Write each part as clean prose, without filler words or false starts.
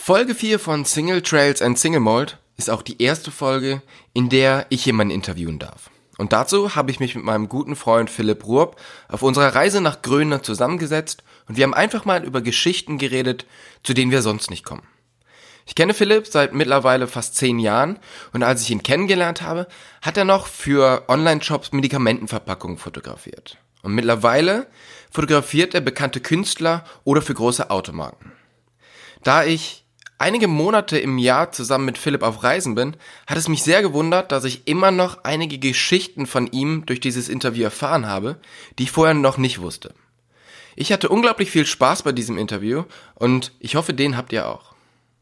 Folge 4 von Single Trails and Single Malt ist auch die erste Folge, in der ich jemanden interviewen darf. Und dazu habe ich mich mit meinem guten Freund Philipp Ruob auf unserer Reise nach Grönland zusammengesetzt und wir haben einfach mal über Geschichten geredet, zu denen wir sonst nicht kommen. Ich kenne Philipp seit mittlerweile fast 10 Jahren und als ich ihn kennengelernt habe, hat er noch für Online-Shops Medikamentenverpackungen fotografiert. Und mittlerweile fotografiert er bekannte Künstler oder für große Automarken. Da ich einige Monate im Jahr zusammen mit Philipp auf Reisen bin, hat es mich sehr gewundert, dass ich immer noch einige Geschichten von ihm durch dieses Interview erfahren habe, die ich vorher noch nicht wusste. Ich hatte unglaublich viel Spaß bei diesem Interview und ich hoffe, den habt ihr auch.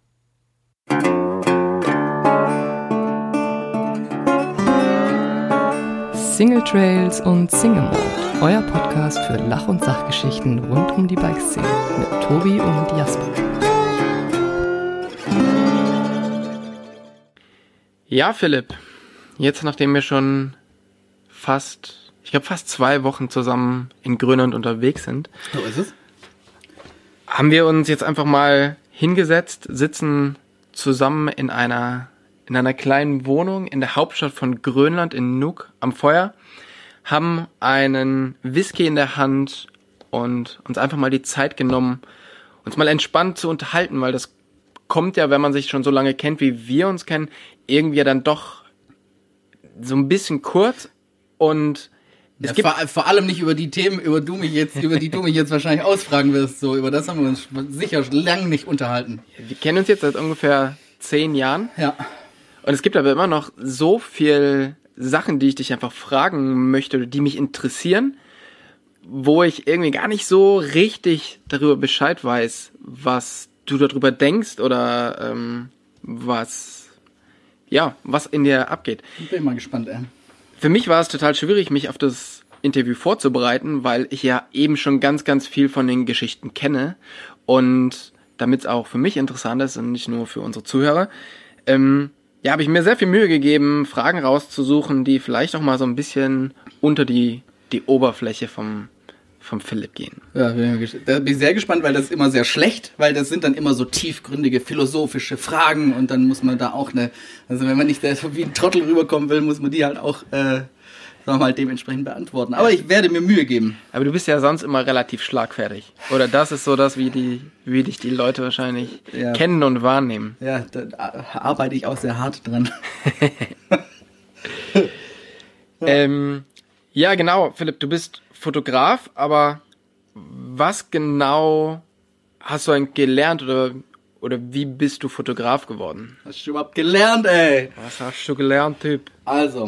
Single Trails und Single Malt, euer Podcast für Lach- und Sachgeschichten rund um die Bikeszene mit Tobi und Jasper. Ja, Philipp, jetzt nachdem wir schon fast 2 Wochen zusammen in Grönland unterwegs sind, so ist es, haben wir uns jetzt einfach mal hingesetzt, sitzen zusammen in einer kleinen Wohnung in der Hauptstadt von Grönland in Nuuk am Feuer, haben einen Whisky in der Hand und uns einfach mal die Zeit genommen, uns mal entspannt zu unterhalten, weil das kommt ja, wenn man sich schon so lange kennt, wie wir uns kennen, irgendwie dann doch so ein bisschen kurz und es gibt vor allem nicht über die Themen, über die du mich jetzt wahrscheinlich ausfragen wirst. So, über das haben wir uns sicher lange nicht unterhalten. Wir kennen uns jetzt seit ungefähr 10 Jahren. Ja. Und es gibt aber immer noch so viel Sachen, die ich dich einfach fragen möchte, oder die mich interessieren, wo ich irgendwie gar nicht so richtig darüber Bescheid weiß, was du darüber denkst oder was in dir abgeht. Ich bin mal gespannt, ey. Für mich war es total schwierig, mich auf das Interview vorzubereiten, weil ich ja eben schon ganz, ganz viel von den Geschichten kenne und damit es auch für mich interessant ist und nicht nur für unsere Zuhörer, habe ich mir sehr viel Mühe gegeben, Fragen rauszusuchen, die vielleicht auch mal so ein bisschen unter die Oberfläche vom Philipp gehen. Ja, da bin ich sehr gespannt, weil das ist immer sehr schlecht, weil das sind dann immer so tiefgründige philosophische Fragen und dann muss man da auch also wenn man nicht so wie ein Trottel rüberkommen will, muss man die halt auch dementsprechend beantworten. Aber ich werde mir Mühe geben. Aber du bist ja sonst immer relativ schlagfertig. Oder das ist so das, wie dich die Leute wahrscheinlich kennen und wahrnehmen. Ja, da arbeite ich auch sehr hart dran. Ja, genau, Philipp, du bist Fotograf, aber was genau hast du denn gelernt oder wie bist du Fotograf geworden? Was hast du überhaupt gelernt, ey? Was hast du gelernt, Typ? Also,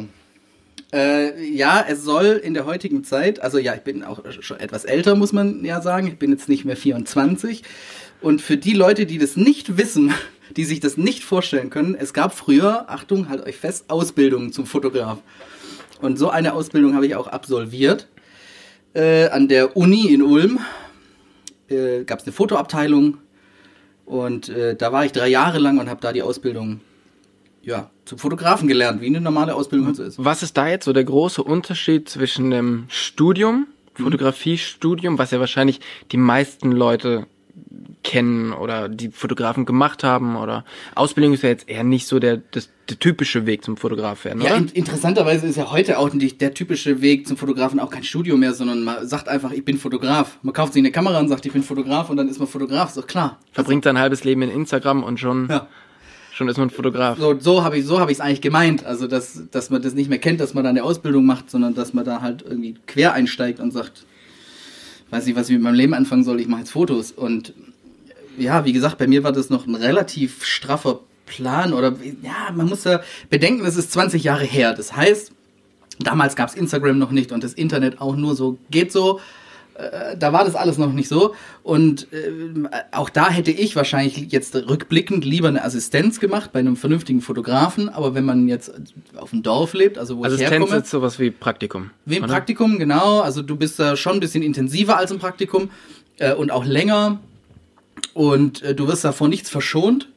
es soll in der heutigen Zeit, ich bin auch schon etwas älter, muss man ja sagen, ich bin jetzt nicht mehr 24 und für die Leute, die das nicht wissen, die sich das nicht vorstellen können, es gab früher, Achtung, halt euch fest, Ausbildungen zum Fotograf. Und so eine Ausbildung habe ich auch absolviert. An der Uni in Ulm gab es eine Fotoabteilung und da war ich 3 Jahre lang und habe da die Ausbildung zum Fotografen gelernt, wie eine normale Ausbildung halt so ist. Was ist da jetzt so der große Unterschied zwischen dem Studium, Fotografiestudium, was ja wahrscheinlich die meisten Leute kennen oder die Fotografen gemacht haben oder Ausbildung ist ja jetzt eher nicht so der typische Weg zum Fotograf werden, oder? Ja, interessanterweise ist ja heute auch nicht der typische Weg zum Fotografen auch kein Studium mehr, sondern man sagt einfach, ich bin Fotograf. Man kauft sich eine Kamera und sagt, ich bin Fotograf und dann ist man Fotograf, ist doch klar. Verbringt sein halbes Leben in Instagram und schon ist man Fotograf. So habe ich es eigentlich gemeint, also dass man das nicht mehr kennt, dass man da eine Ausbildung macht, sondern dass man da halt irgendwie quer einsteigt und sagt, weiß nicht, was ich mit meinem Leben anfangen soll, ich mache jetzt Fotos und ja, wie gesagt, bei mir war das noch ein relativ straffer Plan man muss ja bedenken, es ist 20 Jahre her. Das heißt, damals gab es Instagram noch nicht und das Internet auch nur so, geht so. Da war das alles noch nicht so und auch da hätte ich wahrscheinlich jetzt rückblickend lieber eine Assistenz gemacht bei einem vernünftigen Fotografen, aber wenn man jetzt auf dem Dorf lebt, also wo ich herkomme... Assistenz ist sowas wie Praktikum. Wie ein Praktikum, genau, also du bist da schon ein bisschen intensiver als ein Praktikum und auch länger und du wirst davor nichts verschont.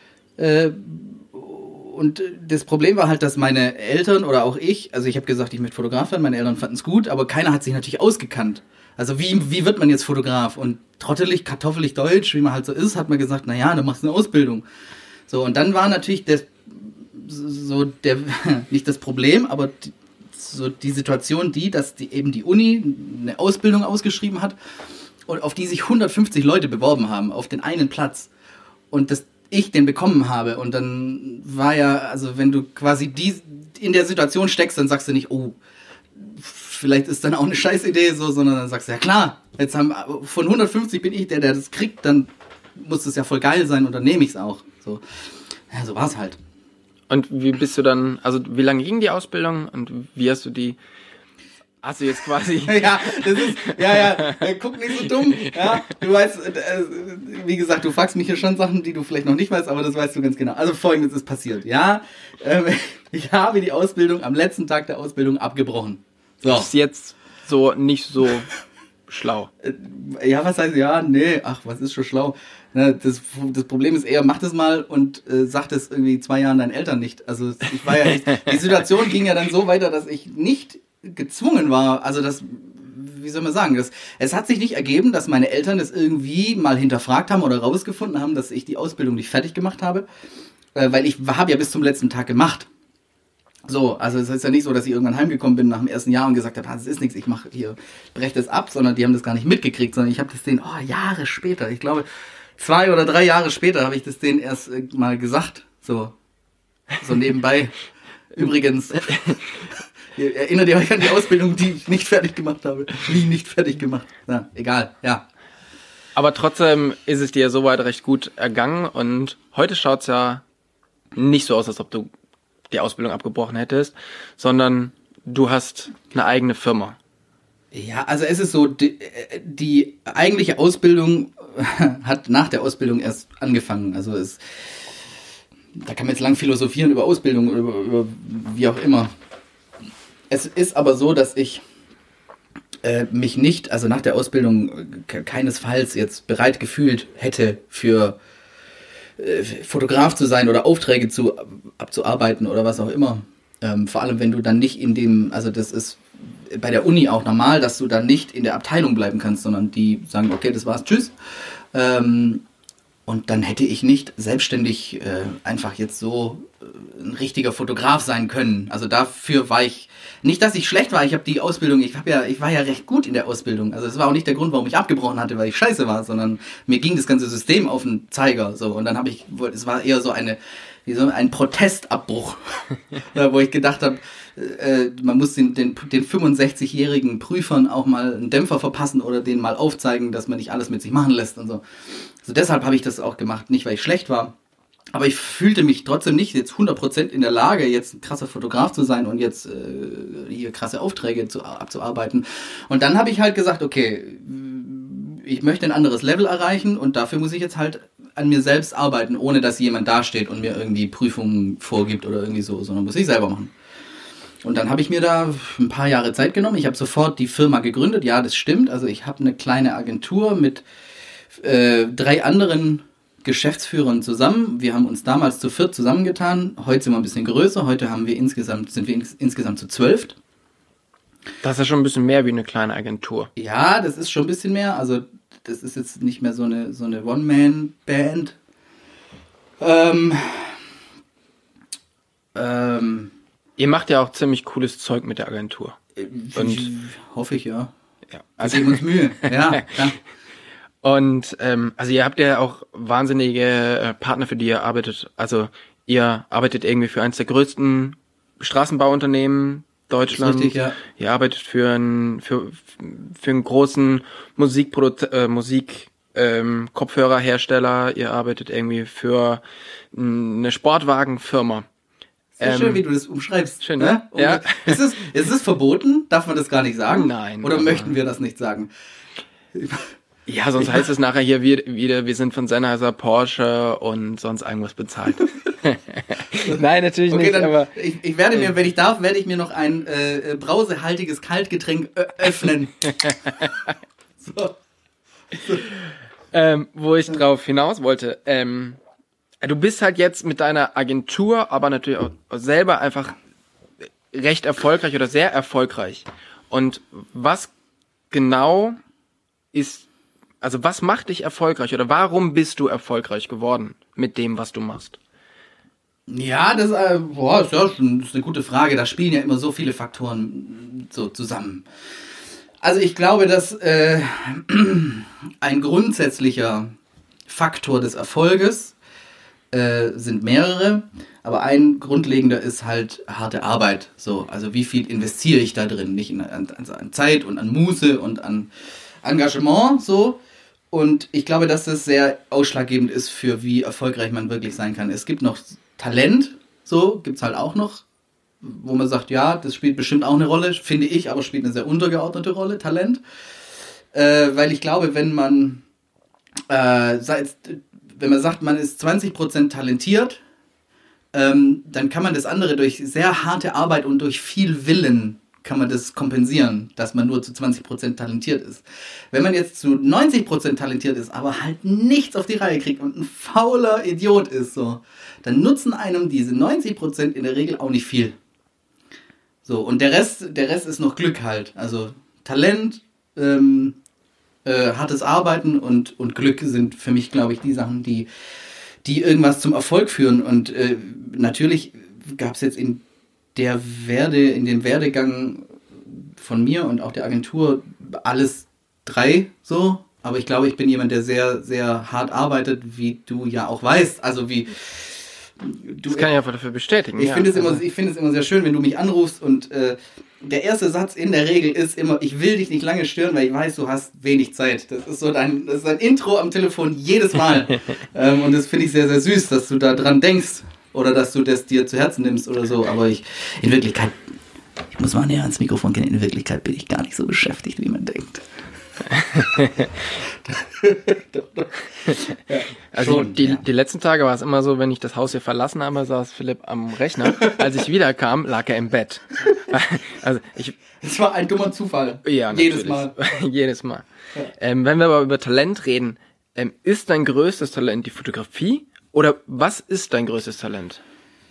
Und das Problem war halt, dass meine Eltern oder auch ich habe gesagt, ich möchte Fotograf werden, meine Eltern fanden es gut, aber keiner hat sich natürlich ausgekannt. Also wie wird man jetzt Fotograf? Und trottelig, kartoffelig deutsch, wie man halt so ist, hat man gesagt, naja, du machst eine Ausbildung. So, und dann war natürlich nicht das Problem, aber die Situation dass eben die Uni eine Ausbildung ausgeschrieben hat und auf die sich 150 Leute beworben haben, auf den einen Platz. Und dass ich den bekommen habe. Und dann war ja, also wenn du quasi in der Situation steckst, dann sagst du nicht, oh, vielleicht ist dann auch eine Scheißidee, so, sondern dann sagst du, ja klar, von 150 bin ich der das kriegt, dann muss es ja voll geil sein und dann nehme ich es auch. So, ja, so war es halt. Und wie bist du dann, also wie lange ging die Ausbildung und wie hast du jetzt quasi... Guck nicht so dumm. Ja, du weißt, wie gesagt, du fragst mich hier schon Sachen, die du vielleicht noch nicht weißt, aber das weißt du ganz genau. Also Folgendes ist passiert. Ja, ich habe die Ausbildung am letzten Tag der Ausbildung abgebrochen. So. Das ist jetzt so nicht so schlau. Ja, was heißt, was ist schon schlau? Das Problem ist eher, mach das mal und sag das irgendwie 2 Jahren deinen Eltern nicht. Also die Situation ging ja dann so weiter, dass ich nicht gezwungen war, also wie soll man sagen, es hat sich nicht ergeben, dass meine Eltern das irgendwie mal hinterfragt haben oder rausgefunden haben, dass ich die Ausbildung nicht fertig gemacht habe, weil ich habe ja bis zum letzten Tag gemacht. So, also es ist ja nicht so, dass ich irgendwann heimgekommen bin nach dem ersten Jahr und gesagt habe, das ist nichts, ich breche das ab, sondern die haben das gar nicht mitgekriegt, sondern ich habe das denen, Jahre später, ich glaube 2 oder 3 Jahre später habe ich das denen erst mal gesagt, so nebenbei. Übrigens, erinnert ihr euch an die Ausbildung, die ich nicht fertig gemacht habe? Nicht fertig gemacht. Na, egal, ja. Aber trotzdem ist es dir soweit recht gut ergangen und heute schaut's ja nicht so aus, als ob du die Ausbildung abgebrochen hättest, sondern du hast eine eigene Firma. Ja, also es ist so, die eigentliche Ausbildung hat nach der Ausbildung erst angefangen. Also da kann man jetzt lang philosophieren über Ausbildung oder über wie auch immer. Es ist aber so, dass ich mich nicht, also nach der Ausbildung keinesfalls jetzt bereit gefühlt hätte für Fotograf zu sein oder Aufträge abzuarbeiten oder was auch immer. Vor allem, wenn du dann nicht also das ist bei der Uni auch normal, dass du dann nicht in der Abteilung bleiben kannst, sondern die sagen, okay, das war's, tschüss. Und dann hätte ich nicht selbstständig einfach jetzt so ein richtiger Fotograf sein können. Also dafür war ich, nicht, dass ich schlecht war, ich habe die Ausbildung, ich war ja recht gut in der Ausbildung. Also das war auch nicht der Grund, warum ich abgebrochen hatte, weil ich scheiße war, sondern mir ging das ganze System auf den Zeiger. So. Und dann es war eher so ein Protestabbruch, wo ich gedacht habe, man muss den 65-jährigen Prüfern auch mal einen Dämpfer verpassen oder denen mal aufzeigen, dass man nicht alles mit sich machen lässt und so. Also deshalb habe ich das auch gemacht, nicht weil ich schlecht war, aber ich fühlte mich trotzdem nicht jetzt 100% in der Lage, jetzt ein krasser Fotograf zu sein und jetzt hier krasse Aufträge abzuarbeiten. Und dann habe ich halt gesagt, okay, ich möchte ein anderes Level erreichen und dafür muss ich jetzt halt an mir selbst arbeiten, ohne dass jemand dasteht und mir irgendwie Prüfungen vorgibt oder irgendwie so, sondern muss ich selber machen. Und dann habe ich mir da ein paar Jahre Zeit genommen. Ich habe sofort die Firma gegründet. Ja, das stimmt. Also ich habe eine kleine Agentur mit 3 anderen Geschäftsführern zusammen. Wir haben uns damals zu 4 zusammengetan. Heute sind wir ein bisschen größer. Heute sind wir insgesamt zu 12. Das ist ja schon ein bisschen mehr wie eine kleine Agentur. Ja, das ist schon ein bisschen mehr. Also das ist jetzt nicht mehr so eine One-Man-Band. Ihr macht ja auch ziemlich cooles Zeug mit der Agentur. Und hoffe ich, ja. Also wir geben uns Mühe. Ja, klar. Und also ihr habt ja auch wahnsinnige Partner, für die ihr arbeitet. Also ihr arbeitet irgendwie für eines der größten Straßenbauunternehmen Deutschlands. Richtig, ja. Ihr arbeitet für einen großen Kopfhörerhersteller. Ihr arbeitet irgendwie für eine Sportwagenfirma. Sehr schön, wie du das umschreibst. Schön, ne? Ja. Ist es verboten? Darf man das gar nicht sagen? Nein. Oder möchten wir das nicht sagen? Ja, sonst heißt es nachher hier wieder, wir sind von Sennheiser, Porsche und sonst irgendwas bezahlt. Nein, natürlich nicht, dann, aber... Ich werde mir, wenn ich darf, werde ich mir noch ein brausehaltiges Kaltgetränk öffnen. So. Wo ich drauf hinaus wollte, du bist halt jetzt mit deiner Agentur, aber natürlich auch selber einfach recht erfolgreich oder sehr erfolgreich. Und was genau also was macht dich erfolgreich oder warum bist du erfolgreich geworden mit dem, was du machst? Ja, das ist eine gute Frage. Da spielen ja immer so viele Faktoren so zusammen. Also ich glaube, dass ein grundsätzlicher Faktor des Erfolges sind mehrere, aber ein grundlegender ist halt harte Arbeit. So, also wie viel investiere ich da drin? Nicht an Zeit und an Muße und an Engagement, so. Und ich glaube, dass das sehr ausschlaggebend ist für wie erfolgreich man wirklich sein kann. Es gibt noch Talent, so, gibt's halt auch noch, wo man sagt, ja, das spielt bestimmt auch eine Rolle, finde ich, aber spielt eine sehr untergeordnete Rolle, Talent. Weil ich glaube, wenn man sagt, man ist 20% talentiert, dann kann man das andere durch sehr harte Arbeit und durch viel Willen kann man das kompensieren, dass man nur zu 20% talentiert ist. Wenn man jetzt zu 90% talentiert ist, aber halt nichts auf die Reihe kriegt und ein fauler Idiot ist, so, dann nutzen einem diese 90% in der Regel auch nicht viel. So, und der Rest ist noch Glück halt. Also Talent, hartes Arbeiten und Glück sind für mich, glaube ich, die Sachen, die irgendwas zum Erfolg führen. Und natürlich gab es jetzt in dem Werdegang von mir und auch der Agentur alles 3 so. Aber ich glaube, ich bin jemand, der sehr, sehr hart arbeitet, wie du ja auch weißt. Also wie das kann ich einfach dafür bestätigen. Ich finde es immer sehr schön, wenn du mich anrufst und der erste Satz in der Regel ist immer, ich will dich nicht lange stören, weil ich weiß, du hast wenig Zeit. Das ist dein Intro am Telefon jedes Mal. Und das finde ich sehr, sehr süß, dass du da dran denkst oder dass du das dir zu Herzen nimmst oder so. Aber in Wirklichkeit, ich muss mal näher ans Mikrofon gehen, in Wirklichkeit bin ich gar nicht so beschäftigt, wie man denkt. Also schon, die letzten Tage war es immer so, wenn ich das Haus hier verlassen habe, saß Philipp am Rechner. Als ich wiederkam, lag er im Bett. Also das war ein dummer Zufall. Ja, jedes Mal. Jedes Mal. Ja. Wenn wir aber über Talent reden, ist dein größtes Talent die Fotografie? Oder was ist dein größtes Talent?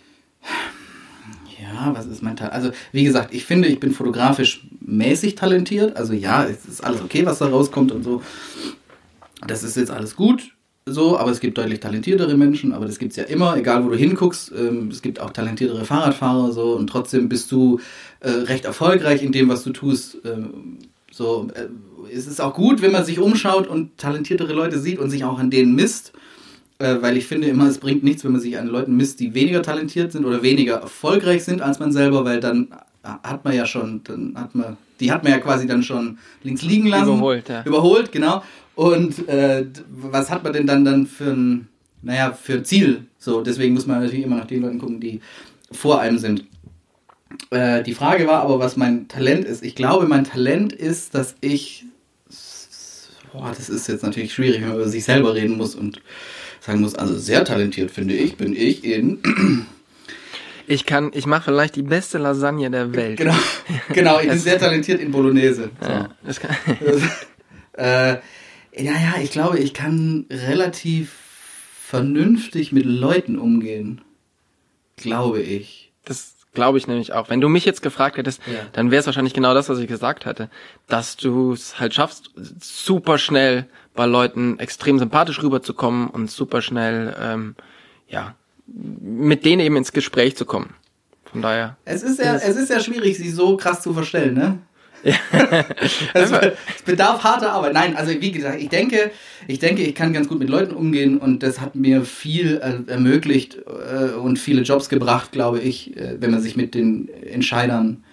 Ja, was ist mein Talent? Also, wie gesagt, ich finde, ich bin fotografisch mäßig talentiert. Also ja, es ist alles okay, was da rauskommt und so. Das ist jetzt alles gut, so, aber es gibt deutlich talentiertere Menschen, aber das gibt's ja immer, egal wo du hinguckst. Es gibt auch talentiertere Fahrradfahrer, so, und trotzdem bist du recht erfolgreich in dem, was du tust. Es ist auch gut, wenn man sich umschaut und talentiertere Leute sieht und sich auch an denen misst. Weil ich finde immer, es bringt nichts, wenn man sich an Leuten misst, die weniger talentiert sind oder weniger erfolgreich sind als man selber, weil dann hat man ja quasi dann schon links liegen lassen. Überholt, genau. Und was hat man denn dann für ein Ziel? So, deswegen muss man natürlich immer nach den Leuten gucken, die vor einem sind. Die Frage war aber, was mein Talent ist. Ich glaube, mein Talent ist, dass ich das ist jetzt natürlich schwierig, wenn man über sich selber reden muss und sagen muss, also sehr talentiert, finde ich, bin ich in... Ich mache vielleicht die beste Lasagne der Welt. Genau, ich bin sehr talentiert in Bolognese. So. Ja, das kann... ich glaube, ich kann relativ vernünftig mit Leuten umgehen. Glaube ich. Das glaube ich nämlich auch. Wenn du mich jetzt gefragt hättest, dann wäre es wahrscheinlich genau das, was ich gesagt hätte. Dass du es halt schaffst, super schnell bei Leuten extrem sympathisch rüberzukommen und super schnell, mit denen eben ins Gespräch zu kommen. Von daher. Es ist ja schwierig, sie so krass zu verstellen, ne? Ja. Es bedarf harter Arbeit. Nein, also wie gesagt, ich denke, ich kann ganz gut mit Leuten umgehen und das hat mir viel ermöglicht und viele Jobs gebracht, glaube ich, wenn man sich mit den Entscheidern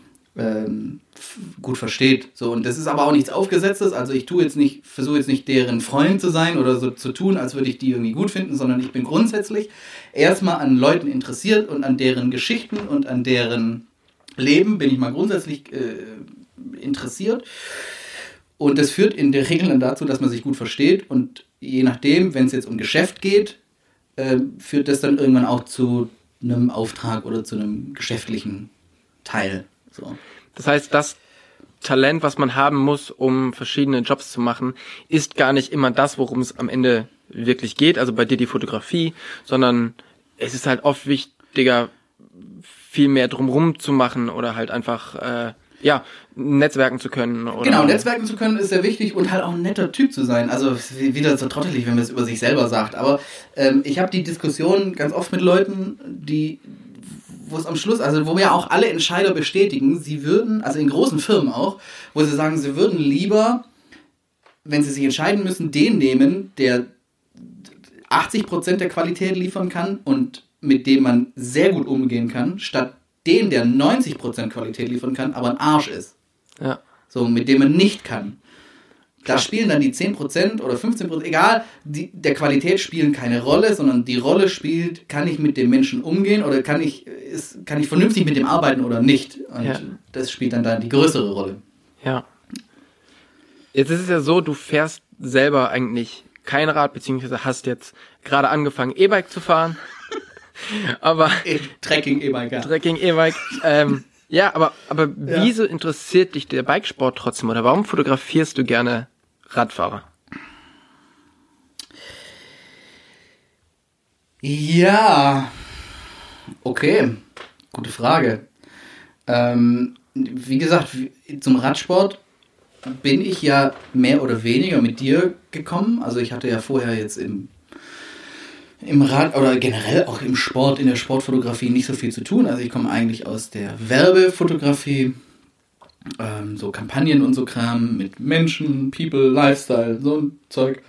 gut versteht. So, und das ist aber auch nichts Aufgesetztes. Also ich versuche jetzt nicht deren Freund zu sein oder so zu tun, als würde ich die irgendwie gut finden, sondern ich bin grundsätzlich erstmal an Leuten interessiert und an deren Geschichten und an deren Leben bin ich mal grundsätzlich interessiert. Und das führt in der Regel dann dazu, dass man sich gut versteht. Und je nachdem, wenn es jetzt um Geschäft geht, führt das dann irgendwann auch zu einem Auftrag oder zu einem geschäftlichen Teil. So. Das heißt, das Talent, was man haben muss, um verschiedene Jobs zu machen, ist gar nicht immer das, worum es am Ende wirklich geht. Also bei dir die Fotografie, sondern es ist halt oft wichtiger, viel mehr drumrum zu machen oder halt einfach ja, netzwerken zu können. Oder? Genau, netzwerken zu können ist sehr wichtig und halt auch ein netter Typ zu sein. Also wieder so trottelig, wenn man es über sich selber sagt. Aber ich habe die Diskussion ganz oft mit Leuten, wo es am Schluss, also wo wir auch alle Entscheider bestätigen, sie würden, also in großen Firmen auch, wo sie sagen, sie würden lieber, wenn sie sich entscheiden müssen, den nehmen, der 80% der Qualität liefern kann und mit dem man sehr gut umgehen kann, statt den, der 90% Qualität liefern kann, aber ein Arsch ist. Ja. So, mit dem man nicht kann. Da spielen dann die 10% oder 15%, egal, der Qualität spielen keine Rolle, sondern die Rolle spielt, kann ich mit dem Menschen umgehen oder kann ich vernünftig mit dem arbeiten oder nicht. Und das spielt dann da die größere Rolle. Ja. Jetzt ist es ja so, du fährst selber eigentlich kein Rad, beziehungsweise hast jetzt gerade angefangen, E-Bike zu fahren. Aber Trekking E-Bike, ja. Trekking E-Bike. Ja, aber wieso interessiert dich der Bikesport trotzdem oder warum fotografierst du gerne Radfahrer? Ja, okay, gute Frage. Wie gesagt, zum Radsport bin ich ja mehr oder weniger mit dir gekommen. Also ich hatte ja vorher jetzt im Rad oder generell auch im Sport, in der Sportfotografie nicht so viel zu tun. Also ich komme eigentlich aus der Werbefotografie, so Kampagnen und so Kram mit Menschen, People, Lifestyle, so ein Zeug.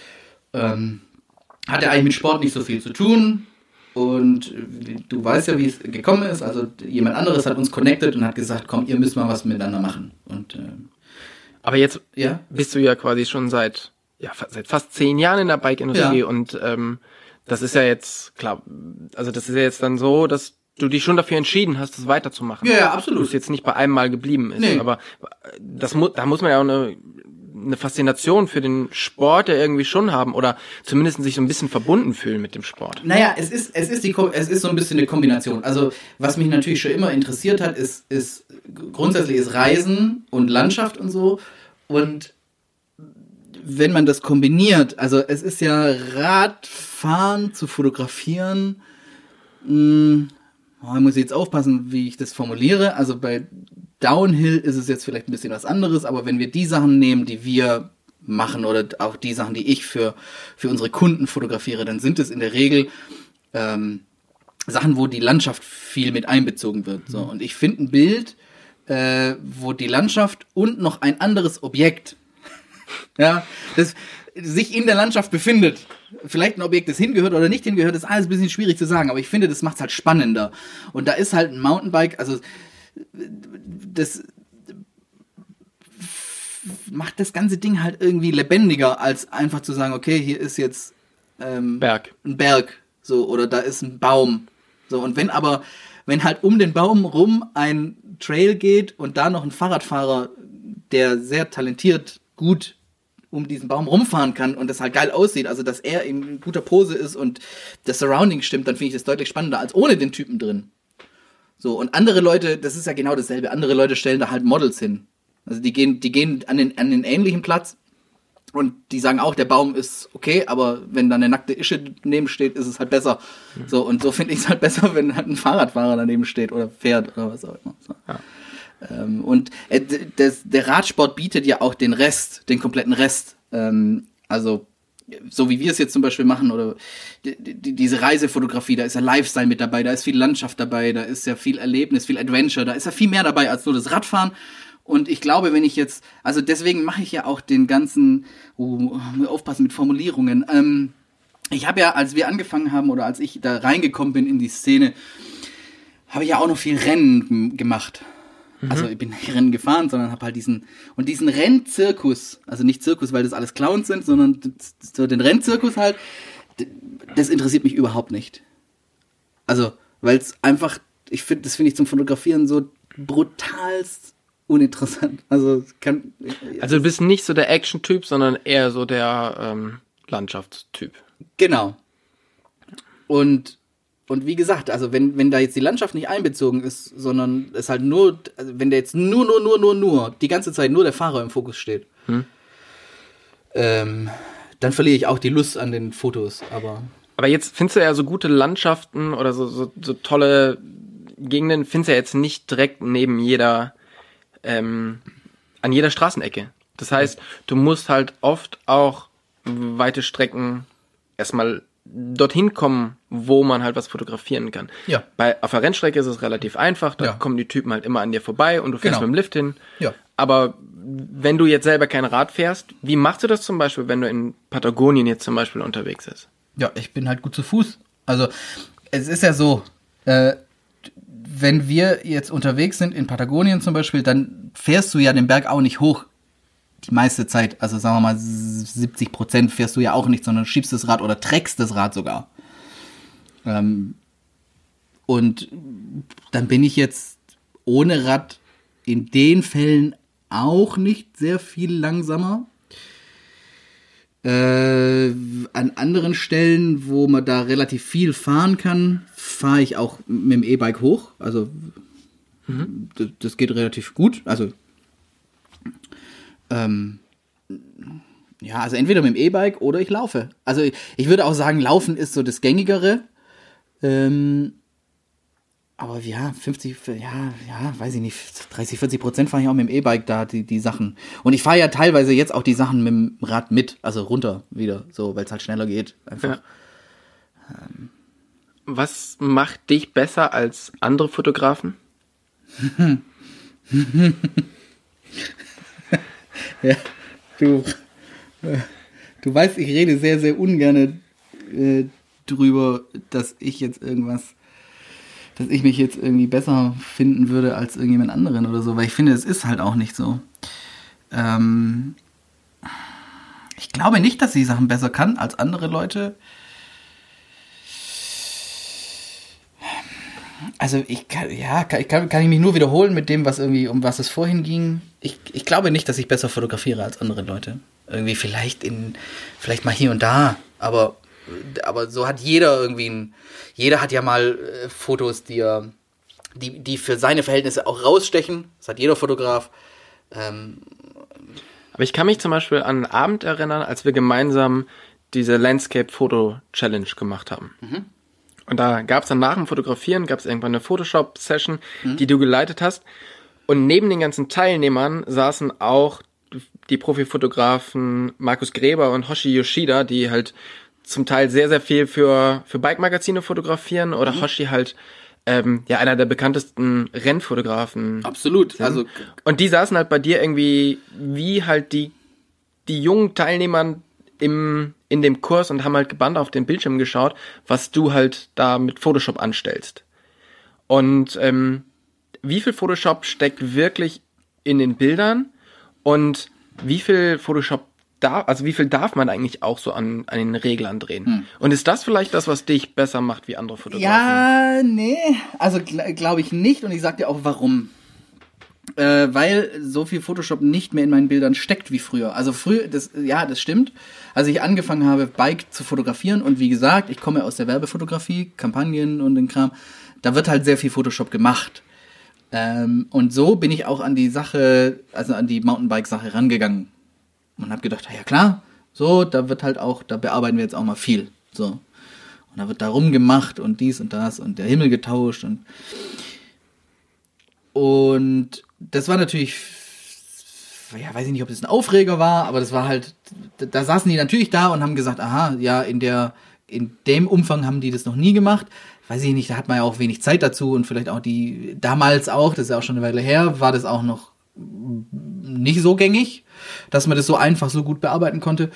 Hatte eigentlich mit Sport nicht so viel zu tun. Und du weißt ja, wie es gekommen ist. Also jemand anderes hat uns connected und hat gesagt, komm, ihr müsst mal was miteinander machen. Und aber jetzt bist du ja quasi schon seit fast 10 Jahren in der Bike-Industrie und das ist ja jetzt, klar, also das ist ja jetzt dann so, dass du dich schon dafür entschieden hast, das weiterzumachen. Ja, absolut. Du es jetzt nicht bei einem Mal geblieben ist. Nee. Aber da muss man ja auch eine Faszination für den Sport ja irgendwie schon haben oder zumindest sich so ein bisschen verbunden fühlen mit dem Sport. Naja, es ist so ein bisschen eine Kombination. Also was mich natürlich schon immer interessiert hat, ist grundsätzlich ist Reisen und Landschaft und so. Und wenn man das kombiniert, also es ist ja Radfahren zu fotografieren, ich muss jetzt aufpassen, wie ich das formuliere, also bei Downhill ist es jetzt vielleicht ein bisschen was anderes, aber wenn wir die Sachen nehmen, die wir machen oder auch die Sachen, die ich für unsere Kunden fotografiere, dann sind es in der Regel Sachen, wo die Landschaft viel mit einbezogen wird. So. Und ich finde ein Bild, wo die Landschaft und noch ein anderes Objekt das sich in der Landschaft befindet. Vielleicht ein Objekt, das hingehört oder nicht hingehört, ist alles ein bisschen schwierig zu sagen, aber ich finde, das macht es halt spannender. Und da ist halt ein Mountainbike, also das macht das ganze Ding halt irgendwie lebendiger, als einfach zu sagen, okay, hier ist jetzt ein Berg, so, oder da ist ein Baum. So, und wenn halt um den Baum rum ein Trail geht und da noch ein Fahrradfahrer, der sehr talentiert gut um diesen Baum rumfahren kann und das halt geil aussieht, also dass er in guter Pose ist und das Surrounding stimmt, dann finde ich das deutlich spannender als ohne den Typen drin. So, und andere Leute, das ist ja genau dasselbe, andere Leute stellen da halt Models hin. Also die gehen an den ähnlichen Platz und die sagen auch, der Baum ist okay, aber wenn da eine nackte Ische daneben steht, ist es halt besser. So, und so finde ich es halt besser, wenn halt ein Fahrradfahrer daneben steht oder fährt oder was auch immer. So. Ja. Und der Radsport bietet ja auch den kompletten Rest. Also so wie wir es jetzt zum Beispiel machen oder diese Reisefotografie, da ist ja Lifestyle mit dabei, da ist viel Landschaft dabei, da ist ja viel Erlebnis, viel Adventure, da ist ja viel mehr dabei als nur das Radfahren. Und ich glaube, wenn ich jetzt, also deswegen mache ich ja auch den ganzen, aufpassen mit Formulierungen. Ich habe ja, als wir angefangen haben oder als ich da reingekommen bin in die Szene, habe ich ja auch noch viel Rennen gemacht. Also ich bin nicht Rennen gefahren, sondern habe halt diesen Rennzirkus, also nicht Zirkus, weil das alles Clowns sind, sondern so den Rennzirkus halt, das interessiert mich überhaupt nicht. Also, weil es einfach, das finde ich zum Fotografieren so brutalst uninteressant. Also du bist nicht so der Action-Typ, sondern eher so der Landschaftstyp. Genau. Und wie gesagt, also wenn da jetzt die Landschaft nicht einbezogen ist, sondern es halt nur, also wenn da jetzt nur die ganze Zeit nur der Fahrer im Fokus steht, dann verliere ich auch die Lust an den Fotos. Aber jetzt findest du ja so gute Landschaften oder so tolle Gegenden, findest du ja jetzt nicht direkt neben jeder an jeder Straßenecke. Das heißt, du musst halt oft auch weite Strecken erstmal dorthin kommen, wo man halt was fotografieren kann. Ja. Auf der Rennstrecke ist es relativ einfach, da kommen die Typen halt immer an dir vorbei und du fährst mit dem Lift hin. Ja. Aber wenn du jetzt selber kein Rad fährst, wie machst du das zum Beispiel, wenn du in Patagonien jetzt zum Beispiel unterwegs bist? Ja, ich bin halt gut zu Fuß. Also es ist ja so, wenn wir jetzt unterwegs sind in Patagonien zum Beispiel, dann fährst du ja den Berg auch nicht hoch die meiste Zeit. Also sagen wir mal 70% fährst du ja auch nicht, sondern schiebst das Rad oder trägst das Rad sogar. Und dann bin ich jetzt ohne Rad in den Fällen auch nicht sehr viel langsamer. An anderen Stellen, wo man da relativ viel fahren kann, fahre ich auch mit dem E-Bike hoch. Also das geht relativ gut. Also ja, also entweder mit dem E-Bike oder ich laufe. Also ich würde auch sagen, Laufen ist so das Gängigere. Aber ja, 50, weiß ich nicht, 30-40% fahre ich auch mit dem E-Bike da, die Sachen. Und ich fahre ja teilweise jetzt auch die Sachen mit dem Rad mit, also runter wieder, so, weil es halt schneller geht. Einfach. Ja. Was macht dich besser als andere Fotografen? Ja, du weißt, ich rede sehr, sehr ungern drüber, dass ich mich jetzt irgendwie besser finden würde als irgendjemand anderen oder so, weil ich finde, es ist halt auch nicht so. Ich glaube nicht, dass ich Sachen besser kann als andere Leute. Also kann ich mich nur wiederholen mit dem, um was es vorhin ging. Ich glaube nicht, dass ich besser fotografiere als andere Leute. Irgendwie vielleicht mal hier und da, aber so hat jeder jeder hat ja mal Fotos, die für seine Verhältnisse auch rausstechen. Das hat jeder Fotograf. Aber ich kann mich zum Beispiel an einen Abend erinnern, als wir gemeinsam diese Landscape-Foto-Challenge gemacht haben. Mhm. Und da gab es dann nach dem Fotografieren, irgendwann eine Photoshop-Session, die du geleitet hast. Und neben den ganzen Teilnehmern saßen auch die Profifotografen Markus Gräber und Hoshi Yoshida, die halt zum Teil sehr, sehr viel für Bike-Magazine fotografieren. Oder Hoshi halt einer der bekanntesten Rennfotografen. Absolut. Sind. Also und die saßen halt bei dir irgendwie wie halt die jungen Teilnehmer in dem Kurs und haben halt gebannt auf den Bildschirm geschaut, was du halt da mit Photoshop anstellst. Und wie viel Photoshop steckt wirklich in den Bildern und wie viel darf man eigentlich auch so an den Reglern drehen? Und ist das vielleicht das, was dich besser macht wie andere Fotografen? Ja, nee, also glaube ich nicht und ich sag dir auch warum. Weil so viel Photoshop nicht mehr in meinen Bildern steckt wie früher. Also früher, das stimmt. Als ich angefangen habe, Bike zu fotografieren und wie gesagt, ich komme aus der Werbefotografie, Kampagnen und den Kram, da wird halt sehr viel Photoshop gemacht. Und so bin ich auch an die Sache, also an die Mountainbike-Sache rangegangen. Und habe gedacht, ja klar, so, da bearbeiten wir jetzt auch mal viel. So. Und da wird da rumgemacht und dies und das und der Himmel getauscht und das war natürlich, ja, weiß ich nicht, ob das ein Aufreger war, aber das war halt, da saßen die natürlich da und haben gesagt, aha, ja, in dem Umfang haben die das noch nie gemacht. Weiß ich nicht, da hat man ja auch wenig Zeit dazu und vielleicht auch damals auch, das ist ja auch schon eine Weile her, war das auch noch nicht so gängig, dass man das so einfach so gut bearbeiten konnte.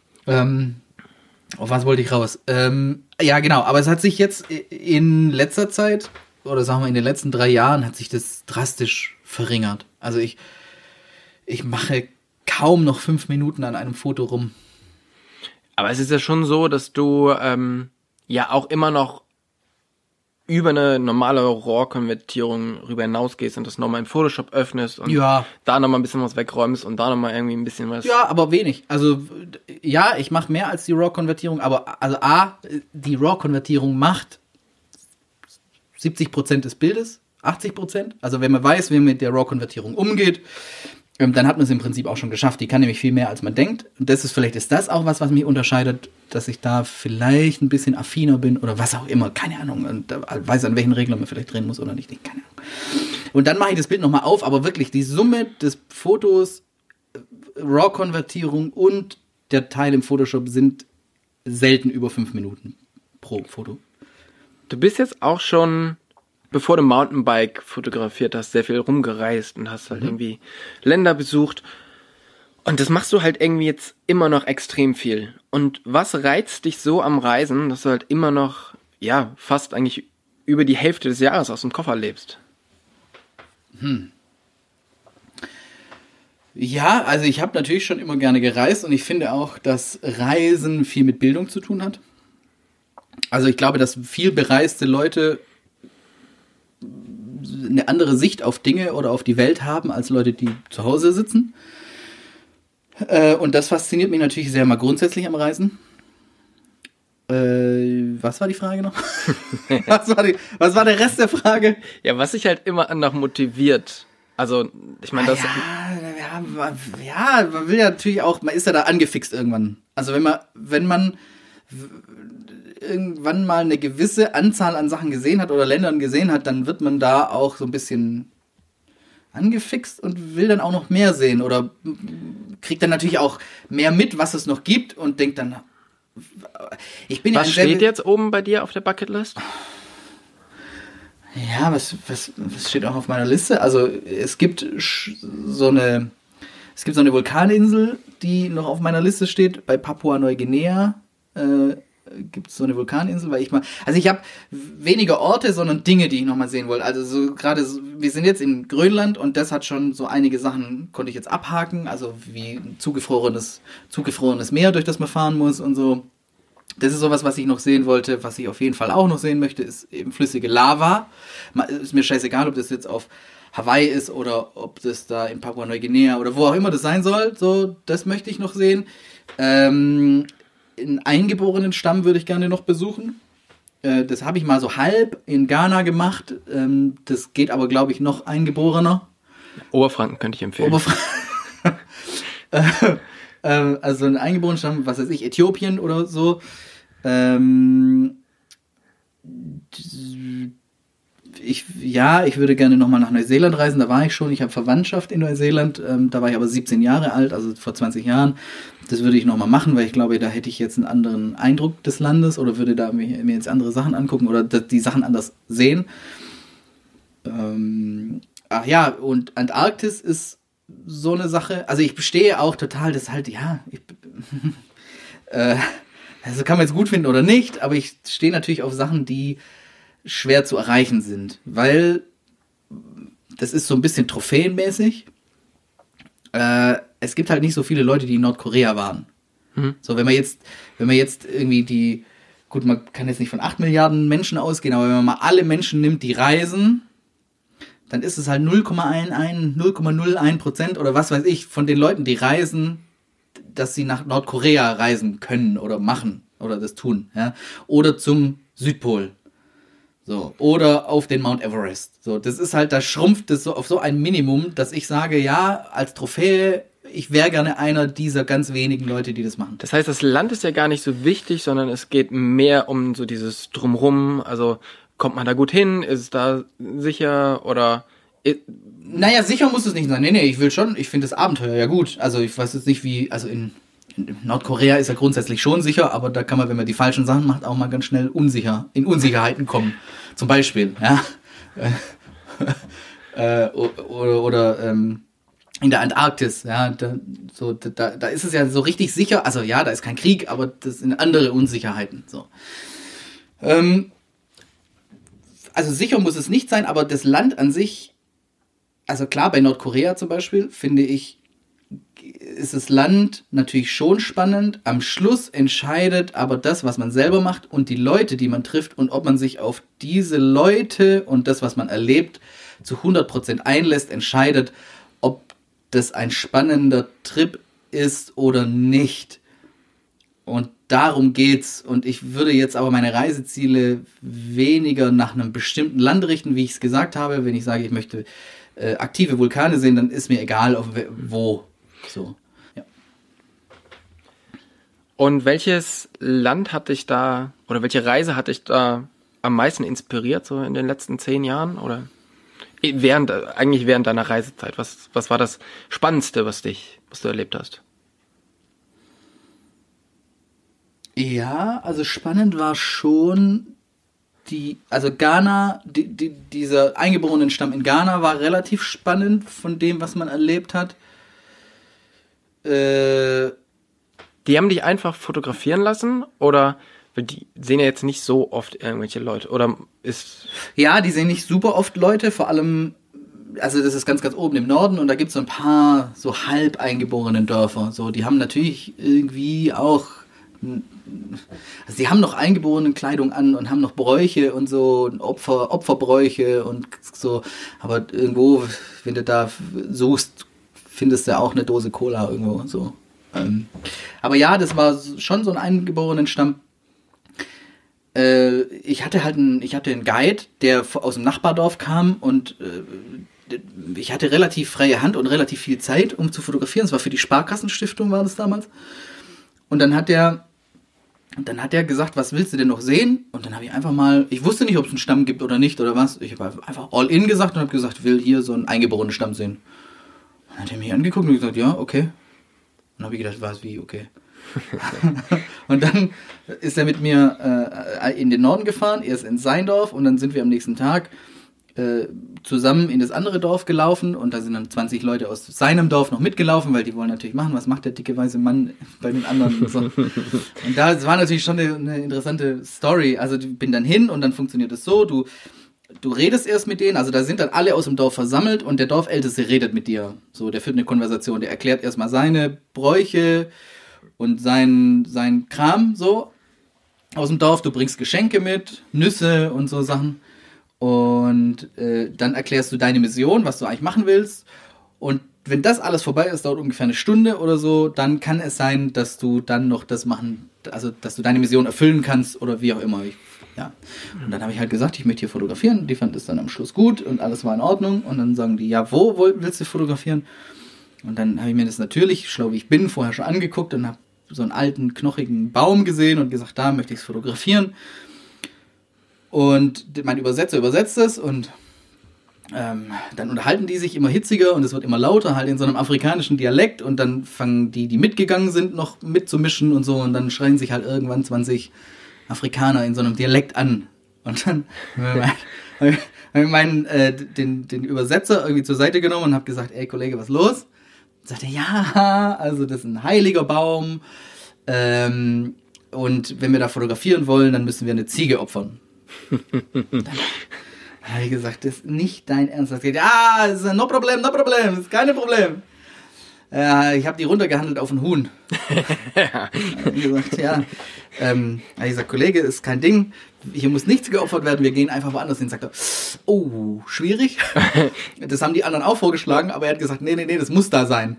Auf was wollte ich raus? Ja, genau, aber es hat sich jetzt in letzter Zeit, oder sagen wir in den letzten 3 Jahren, hat sich das drastisch verringert. Also ich mache kaum noch 5 Minuten an einem Foto rum. Aber es ist ja schon so, dass du ja auch immer noch über eine normale RAW-Konvertierung rüber hinausgehst und das nochmal in Photoshop öffnest und da nochmal ein bisschen was wegräumst und da nochmal irgendwie ein bisschen was... Ja, aber wenig. Also ja, ich mache mehr als die RAW-Konvertierung, aber also die RAW-Konvertierung macht 70% des Bildes, 80%. Also wenn man weiß, wie man mit der RAW-Konvertierung umgeht, dann hat man es im Prinzip auch schon geschafft. Die kann nämlich viel mehr, als man denkt. Und vielleicht ist das auch was mich unterscheidet, dass ich da vielleicht ein bisschen affiner bin oder was auch immer, keine Ahnung. Und weiß, an welchen Reglern man vielleicht drehen muss oder nicht, keine Und dann mache ich das Bild nochmal auf, aber wirklich die Summe des Fotos, RAW-Konvertierung und der Teil im Photoshop sind selten über 5 Minuten pro Foto. Du bist jetzt auch schon, bevor du Mountainbike fotografiert hast, sehr viel rumgereist und hast halt irgendwie Länder besucht. Und das machst du halt irgendwie jetzt immer noch extrem viel. Und was reizt dich so am Reisen, dass du halt immer noch, ja, fast eigentlich über die Hälfte des Jahres aus dem Koffer lebst? Ja, also ich habe natürlich schon immer gerne gereist und ich finde auch, dass Reisen viel mit Bildung zu tun hat. Also ich glaube, dass viel bereiste Leute eine andere Sicht auf Dinge oder auf die Welt haben, als Leute, die zu Hause sitzen. Und das fasziniert mich natürlich sehr mal grundsätzlich am Reisen. Was war die Frage noch? was war der Rest der Frage? Ja, was sich halt immer noch motiviert. Also, ich meine, das... Ja, man will ja natürlich auch, man ist ja da angefixt irgendwann. Also wenn man irgendwann mal eine gewisse Anzahl an Sachen gesehen hat oder Ländern gesehen hat, dann wird man da auch so ein bisschen angefixt und will dann auch noch mehr sehen oder kriegt dann natürlich auch mehr mit, was es noch gibt und denkt dann, was steht jetzt oben bei dir auf der Bucketlist? Ja, was steht auch auf meiner Liste? Also es gibt so eine Vulkaninsel, die noch auf meiner Liste steht. Bei Papua-Neuguinea gibt es so eine Vulkaninsel, weil ich habe weniger Orte, sondern Dinge, die ich noch mal sehen wollte. Also so gerade, wir sind jetzt in Grönland und das hat schon so einige Sachen, konnte ich jetzt abhaken, also wie ein zugefrorenes Meer, durch das man fahren muss und so. Das ist sowas, was ich noch sehen wollte. Was ich auf jeden Fall auch noch sehen möchte, ist eben flüssige Lava. Ist mir scheißegal, ob das jetzt auf Hawaii ist oder ob das da in Papua-Neuguinea oder wo auch immer das sein soll. So, das möchte ich noch sehen. Einen eingeborenen Stamm würde ich gerne noch besuchen. Das habe ich mal so halb in Ghana gemacht. Das geht aber, glaube ich, noch eingeborener. Oberfranken könnte ich empfehlen. Also ein eingeborenen Stamm, was weiß ich, Äthiopien oder so. Ich würde gerne nochmal nach Neuseeland reisen, da war ich schon, ich habe Verwandtschaft in Neuseeland, da war ich aber 17 Jahre alt, also vor 20 Jahren. Das würde ich nochmal machen, weil ich glaube, da hätte ich jetzt einen anderen Eindruck des Landes oder würde da mir jetzt andere Sachen angucken oder die Sachen anders sehen. Und Antarktis ist so eine Sache, also ich bestehe auch total, das halt, also kann man jetzt gut finden oder nicht, aber ich stehe natürlich auf Sachen, die schwer zu erreichen sind, weil das ist so ein bisschen trophäenmäßig. Es gibt halt nicht so viele Leute, die in Nordkorea waren. So, wenn man jetzt irgendwie man kann jetzt nicht von 8 Milliarden Menschen ausgehen, aber wenn man mal alle Menschen nimmt, die reisen, dann ist es halt 0,01% oder was weiß ich von den Leuten, die reisen, dass sie nach Nordkorea reisen können oder machen oder das tun, ja, oder zum Südpol. So, oder auf den Mount Everest. So, das ist halt, da schrumpft es so auf so ein Minimum, dass ich sage, ja, als Trophäe, ich wäre gerne einer dieser ganz wenigen Leute, die das machen. Das heißt, das Land ist ja gar nicht so wichtig, sondern es geht mehr um so dieses Drumrum, also kommt man da gut hin, ist es da sicher oder... Naja, sicher muss es nicht sein. Nee, ich finde das Abenteuer ja gut. Also ich weiß jetzt nicht wie, also in Nordkorea ist ja grundsätzlich schon sicher, aber da kann man, wenn man die falschen Sachen macht, auch mal ganz schnell in Unsicherheiten kommen. Zum Beispiel, ja. Oder in der Antarktis, ja, da ist es ja so richtig sicher, also ja, da ist kein Krieg, aber das sind andere Unsicherheiten, so. Also sicher muss es nicht sein, aber das Land an sich, also klar, bei Nordkorea zum Beispiel, finde ich, ist das Land natürlich schon spannend. Am Schluss entscheidet aber das, was man selber macht und die Leute, die man trifft und ob man sich auf diese Leute und das, was man erlebt, zu 100% einlässt, entscheidet, ob das ein spannender Trip ist oder nicht. Und darum geht's. Und ich würde jetzt aber meine Reiseziele weniger nach einem bestimmten Land richten, wie ich es gesagt habe. Wenn ich sage, ich möchte aktive Vulkane sehen, dann ist mir egal, wo. So, ja. Und welches Land hat dich da, oder welche Reise hat dich da am meisten inspiriert, so in den letzten 10 Jahren? Oder Eigentlich während deiner Reisezeit. Was war das Spannendste, was du erlebt hast? Ja, also spannend war schon also Ghana, dieser eingeborenen Stamm in Ghana war relativ spannend von dem, was man erlebt hat. Die haben dich einfach fotografieren lassen oder, weil die sehen ja jetzt nicht so oft irgendwelche Leute, oder ist... Ja, die sehen nicht super oft Leute, vor allem, also das ist ganz, ganz oben im Norden und da gibt es so ein paar so halb eingeborenen Dörfer, so, die haben natürlich irgendwie auch... Also sie haben noch eingeborene Kleidung an und haben noch Bräuche und so, Opferbräuche und so, aber irgendwo, wenn du da suchst, findest du auch eine Dose Cola irgendwo, so. Aber ja, das war schon so ein eingeborenen Stamm. Ich hatte einen Guide, der aus dem Nachbardorf kam und ich hatte relativ freie Hand und relativ viel Zeit, um zu fotografieren. Das war für die Sparkassenstiftung, war das damals. Und dann hat er gesagt, was willst du denn noch sehen? Und dann habe ich einfach mal, ich wusste nicht, ob es einen Stamm gibt oder nicht oder was. Ich habe einfach all in gesagt und habe gesagt, ich will hier so einen eingeborenen Stamm sehen. Und dann hat er mich angeguckt und gesagt, ja, okay. Und dann habe ich gedacht, was, wie, okay. Und dann ist er mit mir in den Norden gefahren, erst in sein Dorf und dann sind wir am nächsten Tag zusammen in das andere Dorf gelaufen und da sind dann 20 Leute aus seinem Dorf noch mitgelaufen, weil die wollen natürlich machen, was macht der dicke weiße Mann bei den anderen und so. Und das war natürlich schon eine interessante Story. Also ich bin dann hin und dann funktioniert es so, du redest erst mit denen, also da sind dann alle aus dem Dorf versammelt und der Dorfälteste redet mit dir. So, der führt eine Konversation, der erklärt erstmal seine Bräuche und sein Kram so aus dem Dorf. Du bringst Geschenke mit, Nüsse und so Sachen. Und dann erklärst du deine Mission, was du eigentlich machen willst. Und wenn das alles vorbei ist, dauert ungefähr eine Stunde oder so, dann kann es sein, dass du dann noch das machen, also dass du deine Mission erfüllen kannst oder wie auch immer. Ja. Und dann habe ich halt gesagt, ich möchte hier fotografieren. Die fanden es dann am Schluss gut und alles war in Ordnung. Und dann sagen die, ja, wo willst du fotografieren? Und dann habe ich mir das natürlich, schlau wie ich bin, vorher schon angeguckt und habe so einen alten, knochigen Baum gesehen und gesagt, da möchte ich es fotografieren. Und mein Übersetzer übersetzt es und dann unterhalten die sich immer hitziger und es wird immer lauter, halt in so einem afrikanischen Dialekt und dann fangen die mitgegangen sind, noch mitzumischen und so und dann schreien sich halt irgendwann 20 Afrikaner in so einem Dialekt an. Und dann habe ich den Übersetzer irgendwie zur Seite genommen und habe gesagt, ey Kollege, was los? Und sagte, ja, also das ist ein heiliger Baum und wenn wir da fotografieren wollen, dann müssen wir eine Ziege opfern. Dann habe ich gesagt, das ist nicht dein Ernst. Das geht, das ist no problem, das ist kein Problem. Ich habe die runtergehandelt auf ein Huhn. Habe ich gesagt, ja. Habe ich gesagt, Kollege, ist kein Ding. Hier muss nichts geopfert werden, wir gehen einfach woanders hin. Sagt er, oh, schwierig. Das haben die anderen auch vorgeschlagen, aber er hat gesagt, nee, das muss da sein.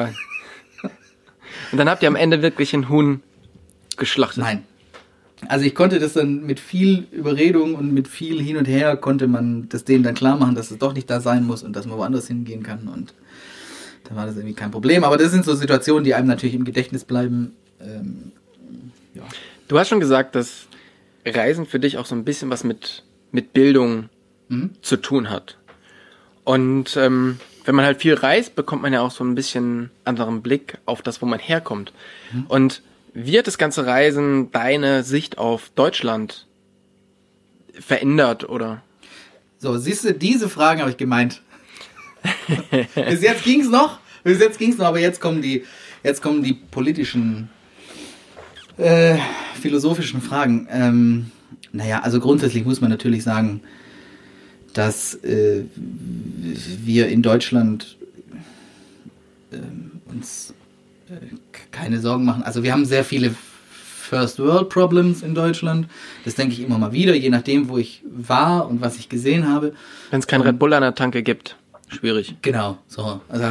Und dann habt ihr am Ende wirklich ein Huhn geschlachtet? Nein. Also ich konnte das dann mit viel Überredung und mit viel hin und her konnte man das denen dann klar machen, dass es doch nicht da sein muss und dass man woanders hingehen kann und dann war das irgendwie kein Problem. Aber das sind so Situationen, die einem natürlich im Gedächtnis bleiben. Ja. Du hast schon gesagt, dass Reisen für dich auch so ein bisschen was mit Bildung zu tun hat. Und wenn man halt viel reist, bekommt man ja auch so ein bisschen anderen Blick auf das, wo man herkommt. Und wie hat das ganze Reisen deine Sicht auf Deutschland verändert, oder? So, siehst du, diese Fragen habe ich gemeint. Bis jetzt ging's noch, aber jetzt kommen die politischen, philosophischen Fragen. Naja, also grundsätzlich muss man natürlich sagen, dass wir in Deutschland uns keine Sorgen machen. Also wir haben sehr viele First World Problems in Deutschland. Das denke ich immer mal wieder, je nachdem, wo ich war und was ich gesehen habe. Wenn es kein Red Bull an der Tanke gibt, schwierig. Genau, so. Also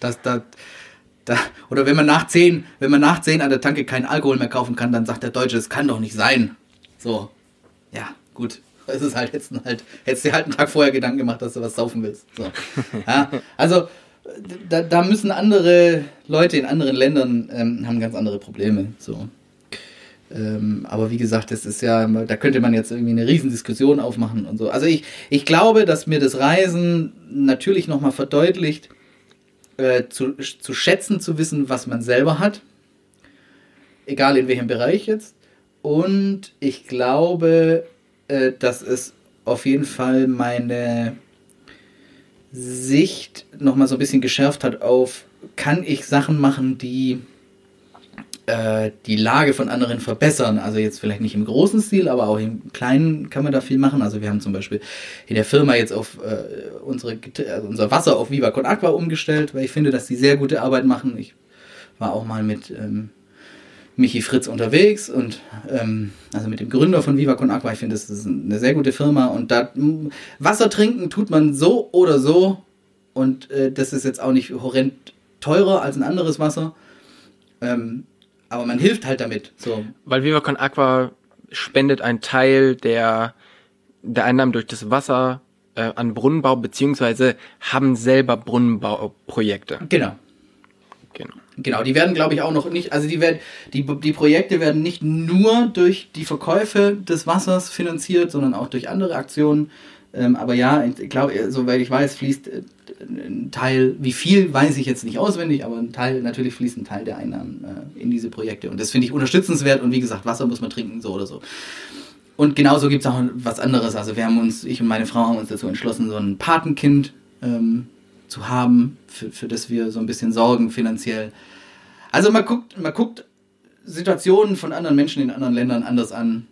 oder wenn man nach 10 an der Tanke keinen Alkohol mehr kaufen kann, dann sagt der Deutsche, es kann doch nicht sein. So, ja, gut. Es ist halt, hättest dir halt einen Tag vorher Gedanken gemacht, dass du was saufen willst. So. Ja, also da müssen andere Leute in anderen Ländern haben ganz andere Probleme. So. Aber wie gesagt, das ist ja, da könnte man jetzt irgendwie eine Riesendiskussion aufmachen und so. Also ich glaube, dass mir das Reisen natürlich nochmal verdeutlicht, zu schätzen, zu wissen, was man selber hat. Egal in welchem Bereich jetzt. Und ich glaube, dass es auf jeden Fall meine Sicht nochmal so ein bisschen geschärft hat auf, kann ich Sachen machen, die die Lage von anderen verbessern. Also jetzt vielleicht nicht im großen Stil, aber auch im kleinen kann man da viel machen. Also wir haben zum Beispiel in der Firma jetzt auf unser Wasser auf Viva Con Aqua umgestellt, weil ich finde, dass die sehr gute Arbeit machen. Ich war auch mal mit Michi Fritz unterwegs und also mit dem Gründer von Viva Con Aqua. Ich finde, das ist eine sehr gute Firma und da Wasser trinken tut man so oder so und das ist jetzt auch nicht horrend teurer als ein anderes Wasser. Aber man hilft halt damit. So. Weil Viva Con Aqua spendet einen Teil der Einnahmen durch das Wasser an Brunnenbau, beziehungsweise haben selber Brunnenbauprojekte. Genau, die werden, glaube ich, auch noch nicht, also die Projekte werden nicht nur durch die Verkäufe des Wassers finanziert, sondern auch durch andere Aktionen. Aber ja, ich glaube, soweit ich weiß, fließt ein Teil, wie viel, weiß ich jetzt nicht auswendig, aber natürlich fließt ein Teil der Einnahmen in diese Projekte. Und das finde ich unterstützenswert. Und wie gesagt, Wasser muss man trinken, so oder so. Und genauso gibt es auch was anderes. Also ich und meine Frau haben uns dazu entschlossen, so ein Patenkind zu haben, für das wir so ein bisschen sorgen finanziell. Also man guckt Situationen von anderen Menschen in anderen Ländern anders an,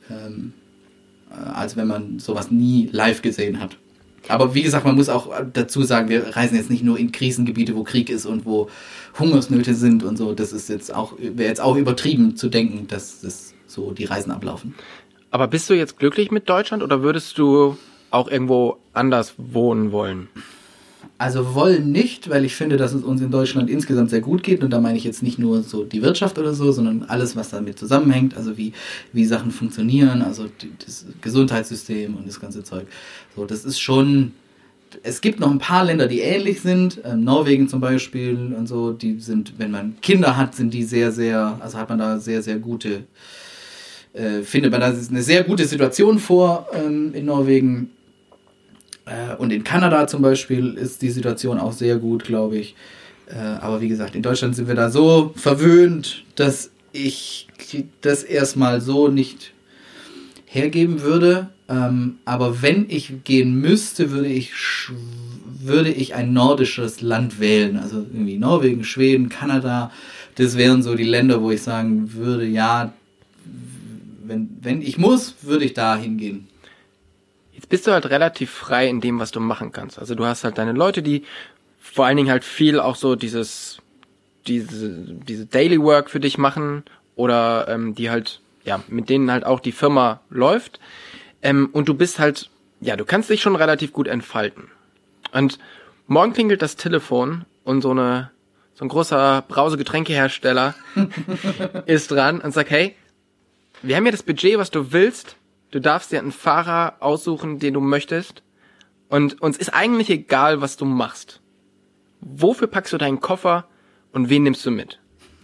als wenn man sowas nie live gesehen hat. Aber wie gesagt, man muss auch dazu sagen, wir reisen jetzt nicht nur in Krisengebiete, wo Krieg ist und wo Hungersnöte sind und so. Das ist wäre jetzt auch übertrieben zu denken, dass das so die Reisen ablaufen. Aber bist du jetzt glücklich mit Deutschland oder würdest du auch irgendwo anders wohnen wollen? Also wollen nicht, weil ich finde, dass es uns in Deutschland insgesamt sehr gut geht. Und da meine ich jetzt nicht nur so die Wirtschaft oder so, sondern alles, was damit zusammenhängt. Also wie Sachen funktionieren, also das Gesundheitssystem und das ganze Zeug. So, das ist schon... Es gibt noch ein paar Länder, die ähnlich sind. Norwegen zum Beispiel und so. Die sind, wenn man Kinder hat, sind die sehr, sehr... Also hat man da sehr, sehr gute... findet man da eine sehr gute Situation vor in Norwegen. Und in Kanada zum Beispiel ist die Situation auch sehr gut, glaube ich. Aber wie gesagt, in Deutschland sind wir da so verwöhnt, dass ich das erstmal so nicht hergeben würde. Aber wenn ich gehen müsste, würde ich ein nordisches Land wählen. Also irgendwie Norwegen, Schweden, Kanada. Das wären so die Länder, wo ich sagen würde, ja, wenn ich muss, würde ich da hingehen. Jetzt bist du halt relativ frei in dem, was du machen kannst. Also du hast halt deine Leute, die vor allen Dingen halt viel auch so diese Daily Work für dich machen oder die halt, ja, mit denen halt auch die Firma läuft. Und du bist halt, ja, du kannst dich schon relativ gut entfalten. Und morgen klingelt das Telefon und so ein großer Brausegetränkehersteller ist dran und sagt, hey, wir haben ja das Budget, was du willst. Du darfst dir einen Fahrer aussuchen, den du möchtest. Und uns ist eigentlich egal, was du machst. Wofür packst du deinen Koffer und wen nimmst du mit?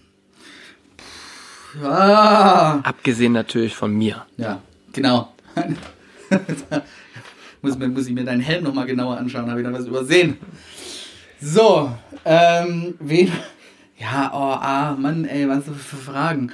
Abgesehen natürlich von mir. Ja, genau. muss ich mir deinen Helm nochmal genauer anschauen, habe ich da was übersehen. So, wen... Ja, Mann, ey, was für Fragen.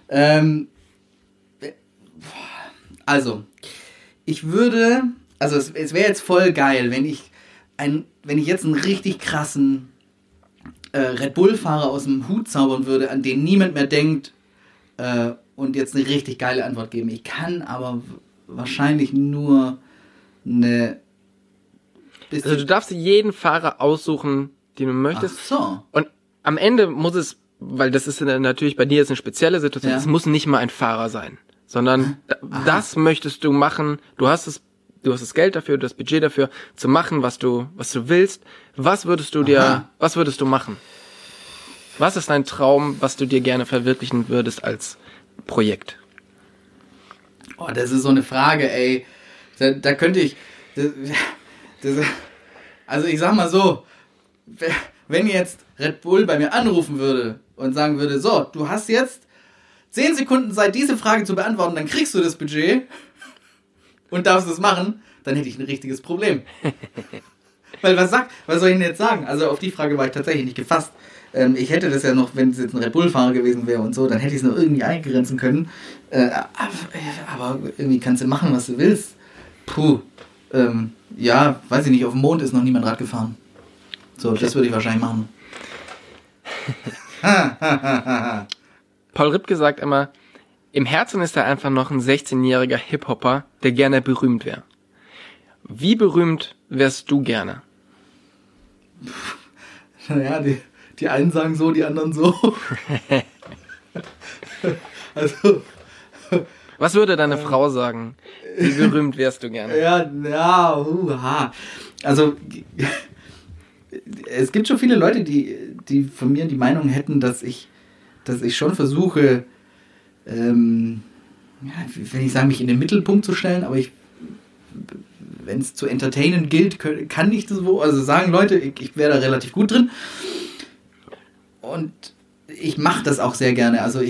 Also, es wäre jetzt voll geil, wenn ich jetzt einen richtig krassen Red Bull-Fahrer aus dem Hut zaubern würde, an den niemand mehr denkt und jetzt eine richtig geile Antwort geben. Ich kann aber wahrscheinlich nur eine... Also du darfst jeden Fahrer aussuchen, den du möchtest. Ach so. Und am Ende muss es, weil das ist natürlich bei dir jetzt eine spezielle Situation, ja. Es muss nicht mal ein Fahrer sein. Sondern das möchtest du machen. Du hast das Geld dafür, das Budget dafür, zu machen, was du willst. Was würdest du machen? Was ist dein Traum, was du dir gerne verwirklichen würdest als Projekt? Oh, das ist so eine Frage, ey. Da könnte ich, also ich sag mal so, wenn jetzt Red Bull bei mir anrufen würde und sagen würde, so, du hast jetzt 10 Sekunden Zeit, diese Frage zu beantworten, dann kriegst du das Budget und darfst es machen, dann hätte ich ein richtiges Problem. Weil was soll ich denn jetzt sagen? Also auf die Frage war ich tatsächlich nicht gefasst. Ich hätte das ja noch, wenn es jetzt ein Red Bull-Fahrer gewesen wäre und so, dann hätte ich es noch irgendwie eingrenzen können. Aber irgendwie kannst du machen, was du willst. Puh. Ja, weiß ich nicht, auf dem Mond ist noch niemand Rad gefahren. So, okay. Das würde ich wahrscheinlich machen. Paul Ripke sagt immer, im Herzen ist er einfach noch ein 16-jähriger Hip-Hopper, der gerne berühmt wäre. Wie berühmt wärst du gerne? Naja, die einen sagen so, die anderen so. Also. Was würde deine Frau sagen? Wie berühmt wärst du gerne? Also, es gibt schon viele Leute, die von mir die Meinung hätten, dass ich schon versuche, wenn ich sage, mich in den Mittelpunkt zu stellen, aber wenn es zu entertainen gilt, kann ich das wohl. Also sagen Leute, ich wäre da relativ gut drin. Und ich mache das auch sehr gerne. Also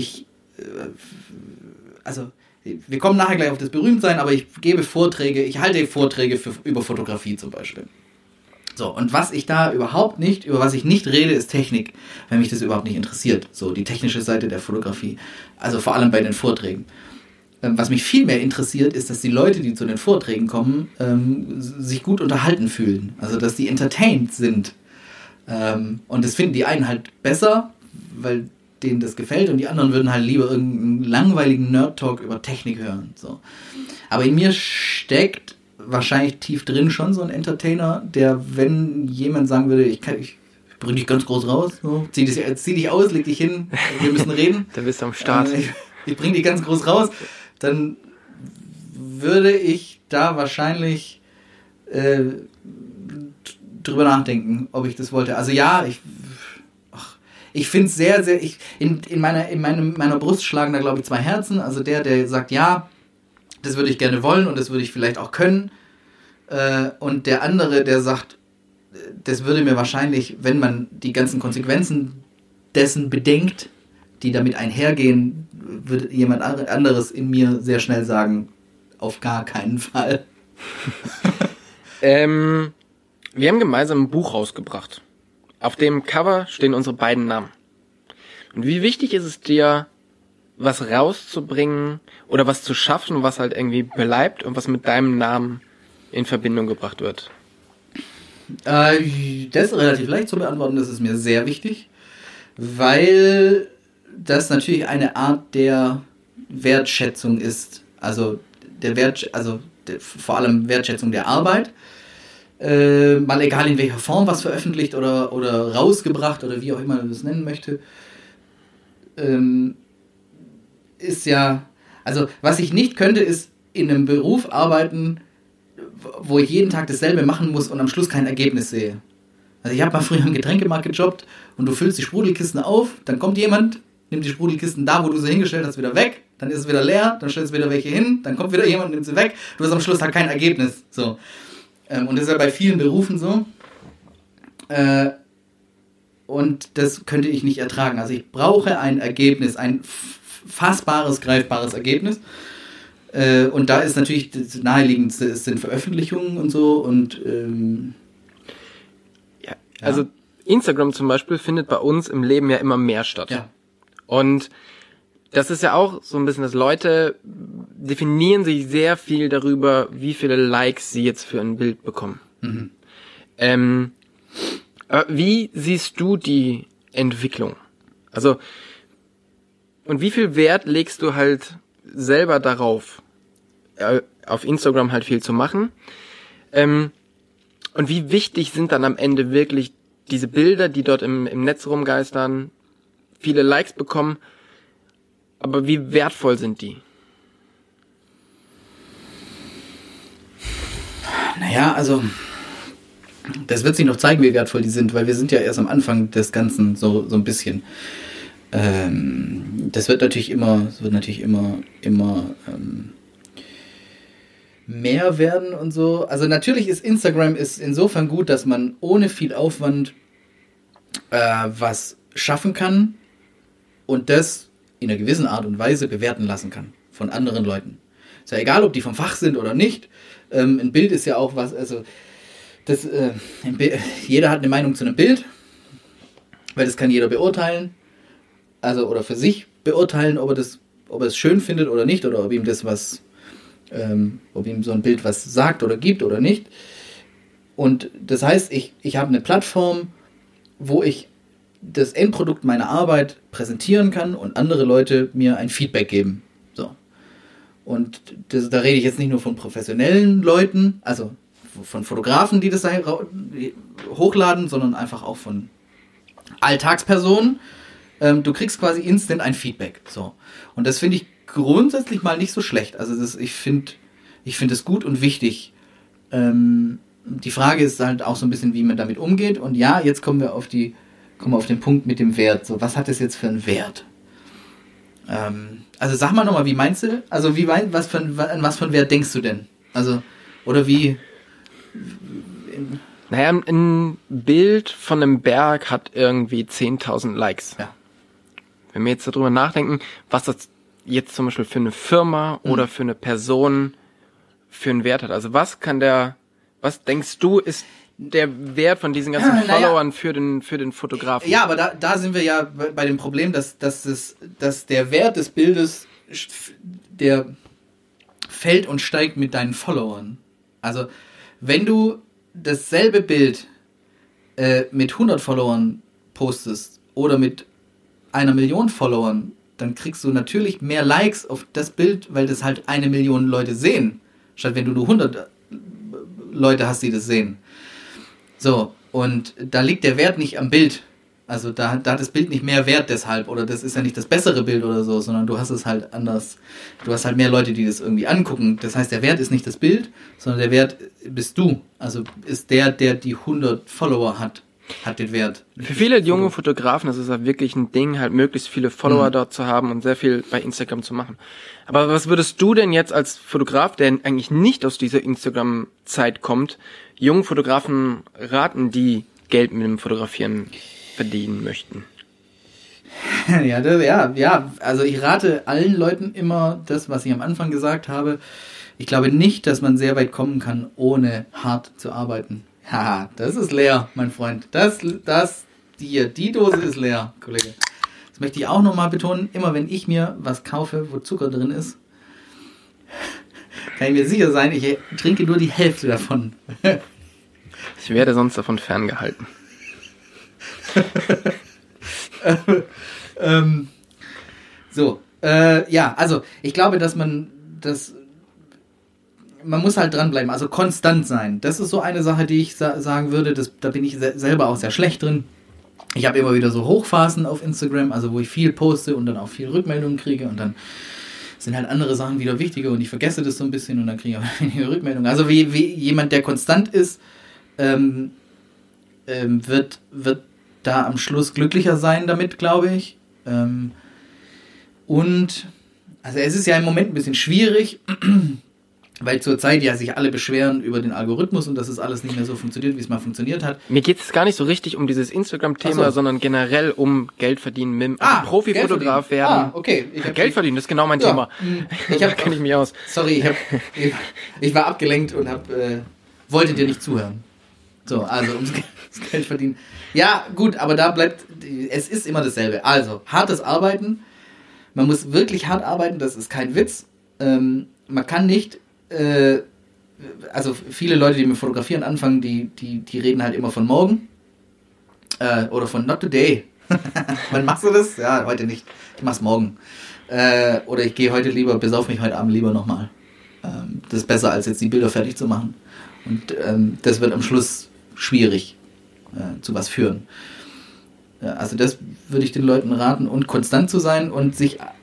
wir kommen nachher gleich auf das Berühmtsein, aber ich halte Vorträge über Fotografie zum Beispiel. So, und über was ich nicht rede, ist Technik, weil mich das überhaupt nicht interessiert. So, die technische Seite der Fotografie. Also vor allem bei den Vorträgen. Was mich viel mehr interessiert, ist, dass die Leute, die zu den Vorträgen kommen, sich gut unterhalten fühlen. Also, dass die entertained sind. Und das finden die einen halt besser, weil denen das gefällt, und die anderen würden halt lieber irgendeinen langweiligen Nerd-Talk über Technik hören. So. Aber in mir steckt wahrscheinlich tief drin schon so ein Entertainer, der, wenn jemand sagen würde, ich bring dich ganz groß raus, so, zieh dich aus, leg dich hin, wir müssen reden. Dann bist du am Start. Ich bring dich ganz groß raus, dann würde ich da wahrscheinlich drüber nachdenken, ob ich das wollte. Also ja, ich finde es sehr, sehr, in meiner Brust schlagen da, glaube ich, 2 Herzen. Also der sagt, ja, das würde ich gerne wollen und das würde ich vielleicht auch können. Und der andere, der sagt, das würde mir wahrscheinlich, wenn man die ganzen Konsequenzen dessen bedenkt, die damit einhergehen, würde jemand anderes in mir sehr schnell sagen, auf gar keinen Fall. Wir haben gemeinsam ein Buch rausgebracht. Auf dem Cover stehen unsere beiden Namen. Und wie wichtig ist es dir, was rauszubringen oder was zu schaffen, was halt irgendwie bleibt und was mit deinem Namen in Verbindung gebracht wird? Das ist relativ leicht zu beantworten, das ist mir sehr wichtig, weil das natürlich eine Art der Wertschätzung ist. Also vor allem Wertschätzung der Arbeit. Mal egal in welcher Form was veröffentlicht oder rausgebracht oder wie auch immer man das nennen möchte, ist ja, also was ich nicht könnte, ist in einem Beruf arbeiten, wo ich jeden Tag dasselbe machen muss und am Schluss kein Ergebnis sehe. Also ich habe mal früher im Getränkemarkt gejobbt und du füllst die Sprudelkisten auf, dann kommt jemand, nimmt die Sprudelkisten da, wo du sie hingestellt hast, wieder weg, dann ist es wieder leer, dann stellst du wieder welche hin, dann kommt wieder jemand und nimmt sie weg, du hast am Schluss halt kein Ergebnis. So. Und das ist ja bei vielen Berufen so. Und das könnte ich nicht ertragen. Also ich brauche ein Ergebnis, ein fassbares, greifbares Ergebnis. Und da ist natürlich das Naheliegendste, es sind Veröffentlichungen und so. Und ja, also Instagram zum Beispiel findet bei uns im Leben ja immer mehr statt. Ja. Und das ist ja auch so ein bisschen, dass Leute definieren sich sehr viel darüber, wie viele Likes sie jetzt für ein Bild bekommen. Mhm. Aber wie siehst du die Entwicklung? Also, und wie viel Wert legst du halt selber darauf, auf Instagram halt viel zu machen? Und wie wichtig sind dann am Ende wirklich diese Bilder, die dort im Netz rumgeistern, viele Likes bekommen, aber wie wertvoll sind die? Naja, also das wird sich noch zeigen, wie wertvoll die sind, weil wir sind ja erst am Anfang des Ganzen so ein bisschen. Das wird natürlich immer mehr werden und so. Also natürlich ist Instagram insofern gut, dass man ohne viel Aufwand was schaffen kann und das in einer gewissen Art und Weise bewerten lassen kann von anderen Leuten. Ist ja egal, ob die vom Fach sind oder nicht. Ein Bild ist ja auch was, also jeder hat eine Meinung zu einem Bild, weil das kann jeder beurteilen, also oder für sich beurteilen, ob er es schön findet oder nicht, oder ob ihm das ob ihm so ein Bild was sagt oder gibt oder nicht. Und das heißt, ich habe eine Plattform, wo ich das Endprodukt meiner Arbeit präsentieren kann und andere Leute mir ein Feedback geben. So. Und da rede ich jetzt nicht nur von professionellen Leuten, also von Fotografen, die das hochladen, sondern einfach auch von Alltagspersonen. Du kriegst quasi instant ein Feedback. So. Und das finde ich grundsätzlich mal nicht so schlecht. Also ich finde es gut und wichtig. Die Frage ist halt auch so ein bisschen, wie man damit umgeht. Und ja, jetzt kommen wir auf den Punkt mit dem Wert. So, was hat das jetzt für einen Wert? Also sag mal nochmal, wie meinst du? Also an was für einen Wert denkst du denn? Also, oder wie... Naja, ein Bild von einem Berg hat irgendwie 10.000 Likes. Ja. Wenn wir jetzt darüber nachdenken, was das jetzt zum Beispiel für eine Firma oder für eine Person für einen Wert hat. Also was denkst du, ist der Wert von diesen ganzen Followern für den Fotografen? Ja, aber da sind wir ja bei dem Problem, dass der Wert des Bildes, der fällt und steigt mit deinen Followern. Also wenn du dasselbe Bild mit 100 Followern postest oder mit 1 Million Followern, dann kriegst du natürlich mehr Likes auf das Bild, weil das halt 1 Million Leute sehen, statt wenn du nur 100 Leute hast, die das sehen. So, und da liegt der Wert nicht am Bild. Also da hat das Bild nicht mehr Wert deshalb, oder das ist ja nicht das bessere Bild oder so, sondern du hast es halt anders. Du hast halt mehr Leute, die das irgendwie angucken. Das heißt, der Wert ist nicht das Bild, sondern der Wert bist du. Also ist der die 100 Follower hat den Wert. Für viele junge Fotografen ist es ja wirklich ein Ding, halt möglichst viele Follower dort zu haben und sehr viel bei Instagram zu machen. Aber was würdest du denn jetzt als Fotograf, der eigentlich nicht aus dieser Instagram-Zeit kommt, jungen Fotografen raten, die Geld mit dem Fotografieren verdienen möchten? Ja, also ich rate allen Leuten immer das, was ich am Anfang gesagt habe. Ich glaube nicht, dass man sehr weit kommen kann, ohne hart zu arbeiten. Haha, das ist leer, mein Freund. Die Dose ist leer, Kollege. Das möchte ich auch nochmal betonen. Immer wenn ich mir was kaufe, wo Zucker drin ist, kann ich mir sicher sein, ich trinke nur die Hälfte davon. Ich werde sonst davon ferngehalten. Also ich glaube, dass man muss halt dranbleiben, also konstant sein. Das ist so eine Sache, die ich sagen würde, da bin ich selber auch sehr schlecht drin. Ich habe immer wieder so Hochphasen auf Instagram, also wo ich viel poste und dann auch viel Rückmeldungen kriege und dann sind halt andere Sachen wieder wichtiger und ich vergesse das so ein bisschen und dann kriege ich auch weniger Rückmeldungen. Also wie jemand, der konstant ist, wird da am Schluss glücklicher sein damit, glaube ich. Und also es ist ja im Moment ein bisschen schwierig, weil zurzeit ja sich alle beschweren über den Algorithmus und dass es alles nicht mehr so funktioniert, wie es mal funktioniert hat. Mir geht es gar nicht so richtig um dieses Instagram-Thema, sondern generell um Geld verdienen mit Profifotograf werden. Okay. Geld verdienen, das ist genau mein Thema. Da kenne ich mich aus. Sorry, ich war abgelenkt und wollte dir nicht zuhören. So, also ums Geld verdienen. Ja, gut, aber es ist immer dasselbe. Also, hartes Arbeiten. Man muss wirklich hart arbeiten, das ist kein Witz. Man kann nicht also viele Leute, die mit Fotografieren anfangen, die reden halt immer von morgen oder von not today. Wann machst du das? Ja, heute nicht. Ich mach's morgen. Oder ich gehe heute lieber, besauf mich heute Abend lieber nochmal. Das ist besser, als jetzt die Bilder fertig zu machen. Und das wird am Schluss schwierig zu was führen. Ja, also das würde ich den Leuten raten und konstant zu sein und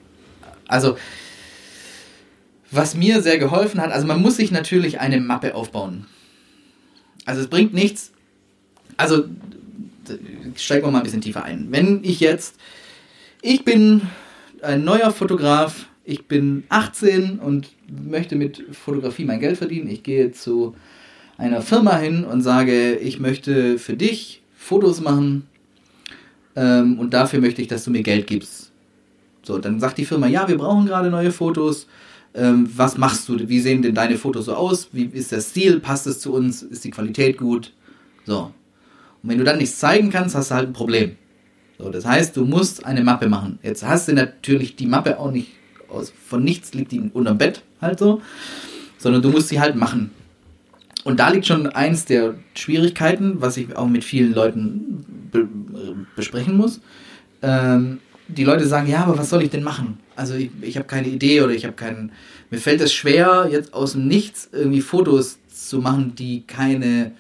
was mir sehr geholfen hat, also man muss sich natürlich eine Mappe aufbauen. Also es bringt nichts, also steigen wir mal ein bisschen tiefer ein. Wenn ich bin ein neuer Fotograf, ich bin 18 und möchte mit Fotografie mein Geld verdienen. Ich gehe zu einer Firma hin und sage, ich möchte für dich Fotos machen und dafür möchte ich, dass du mir Geld gibst. So, dann sagt die Firma, ja, wir brauchen gerade neue Fotos. Was machst du? Wie sehen denn deine Fotos so aus? Wie ist der Stil? Passt es zu uns? Ist die Qualität gut? So. Und wenn du dann nichts zeigen kannst, hast du halt ein Problem. So, das heißt, du musst eine Mappe machen. Jetzt hast du natürlich die Mappe auch nicht von nichts, liegt die unterm Bett halt so, sondern du musst sie halt machen. Und da liegt schon eins der Schwierigkeiten, was ich auch mit vielen Leuten besprechen muss. Die Leute sagen, ja, aber was soll ich denn machen? Also ich habe keine Idee oder mir fällt es schwer, jetzt aus dem Nichts irgendwie Fotos zu machen, die keinen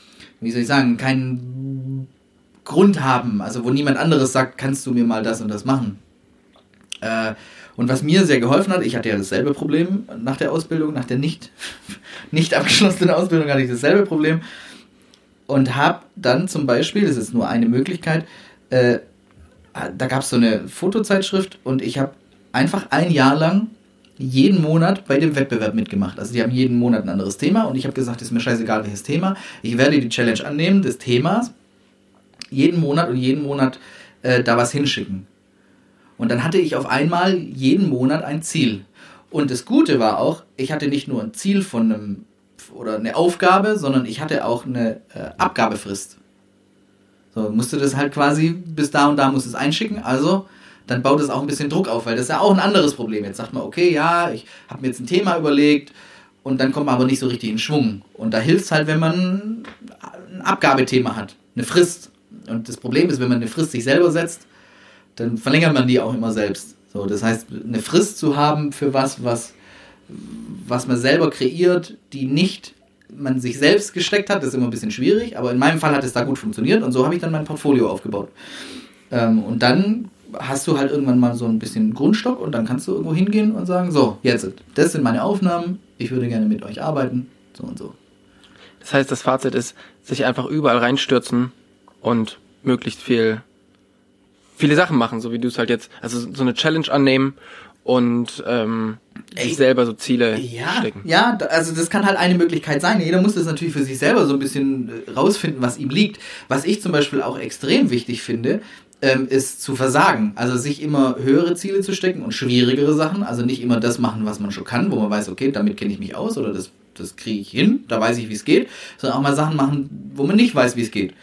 Grund haben. Also wo niemand anderes sagt, kannst du mir mal das und das machen. Und was mir sehr geholfen hat, ich hatte ja dasselbe Problem nach der Ausbildung, nach der nicht abgeschlossenen Ausbildung hatte ich dasselbe Problem und habe dann zum Beispiel, das ist nur eine Möglichkeit, da gab es so eine Fotozeitschrift und ich habe einfach ein Jahr lang jeden Monat bei dem Wettbewerb mitgemacht. Also die haben jeden Monat ein anderes Thema und ich habe gesagt, ist mir scheißegal welches Thema, ich werde die Challenge annehmen des Themas, jeden Monat da was hinschicken. Und dann hatte ich auf einmal jeden Monat ein Ziel. Und das Gute war auch, ich hatte nicht nur ein Ziel oder eine Aufgabe, sondern ich hatte auch eine Abgabefrist. So, musste das halt quasi, bis da und da musst du es einschicken, also dann baut es auch ein bisschen Druck auf, weil das ist ja auch ein anderes Problem. Jetzt sagt man, okay, ja, ich habe mir jetzt ein Thema überlegt und dann kommt man aber nicht so richtig in Schwung. Und da hilft es halt, wenn man ein Abgabethema hat, eine Frist. Und das Problem ist, wenn man eine Frist sich selber setzt, dann verlängert man die auch immer selbst. So, das heißt, eine Frist zu haben für was man selber kreiert, die nicht man sich selbst gesteckt hat, ist immer ein bisschen schwierig, aber in meinem Fall hat es da gut funktioniert und so habe ich dann mein Portfolio aufgebaut. Und dann hast du halt irgendwann mal so ein bisschen Grundstock und dann kannst du irgendwo hingehen und sagen, so, jetzt, das sind meine Aufnahmen, ich würde gerne mit euch arbeiten, so und so. Das heißt, das Fazit ist, sich einfach überall reinstürzen und möglichst viele Sachen machen, so wie du es halt jetzt, also so eine Challenge annehmen und sich selber so Ziele stecken. Ja, also das kann halt eine Möglichkeit sein. Jeder muss das natürlich für sich selber so ein bisschen rausfinden, was ihm liegt. Was ich zum Beispiel auch extrem wichtig finde, ist zu versagen. Also sich immer höhere Ziele zu stecken und schwierigere Sachen. Also nicht immer das machen, was man schon kann, wo man weiß, okay, damit kenne ich mich aus oder das kriege ich hin, da weiß ich, wie es geht. Sondern auch mal Sachen machen, wo man nicht weiß, wie es geht.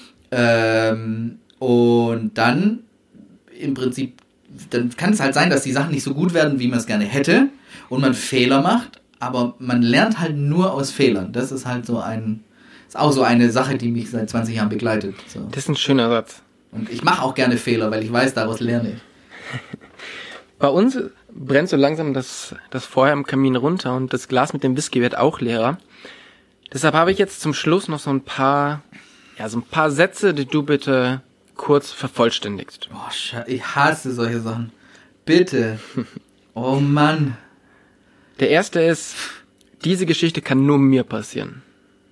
Und dann im Prinzip, dann kann es halt sein, dass die Sachen nicht so gut werden, wie man es gerne hätte und man Fehler macht, aber man lernt halt nur aus Fehlern. Das ist halt ist auch so eine Sache, die mich seit 20 Jahren begleitet. So. Das ist ein schöner Satz. Und ich mache auch gerne Fehler, weil ich weiß, daraus lerne ich. Bei uns brennt so langsam das Feuer im Kamin runter und das Glas mit dem Whisky wird auch leerer. Deshalb habe ich jetzt zum Schluss noch so ein paar Sätze, die du bitte kurz vervollständigst. Oh, ich hasse solche Sachen. Bitte. Oh Mann. Der erste ist, diese Geschichte kann nur mir passieren.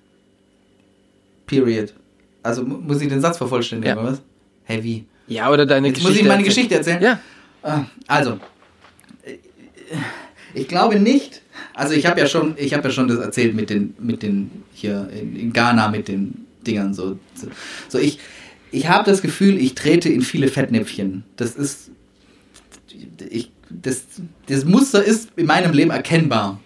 Period. Also muss ich den Satz vervollständigen, oder was? Hey, wie? Ja, oder deine Jetzt Geschichte. Muss ich meine Geschichte erzählen? Ja. Also, ich glaube nicht, also ich habe ja schon das erzählt mit den hier in Ghana mit den Dingern so ich habe das Gefühl, ich trete in viele Fettnäpfchen. Das Muster ist in meinem Leben erkennbar.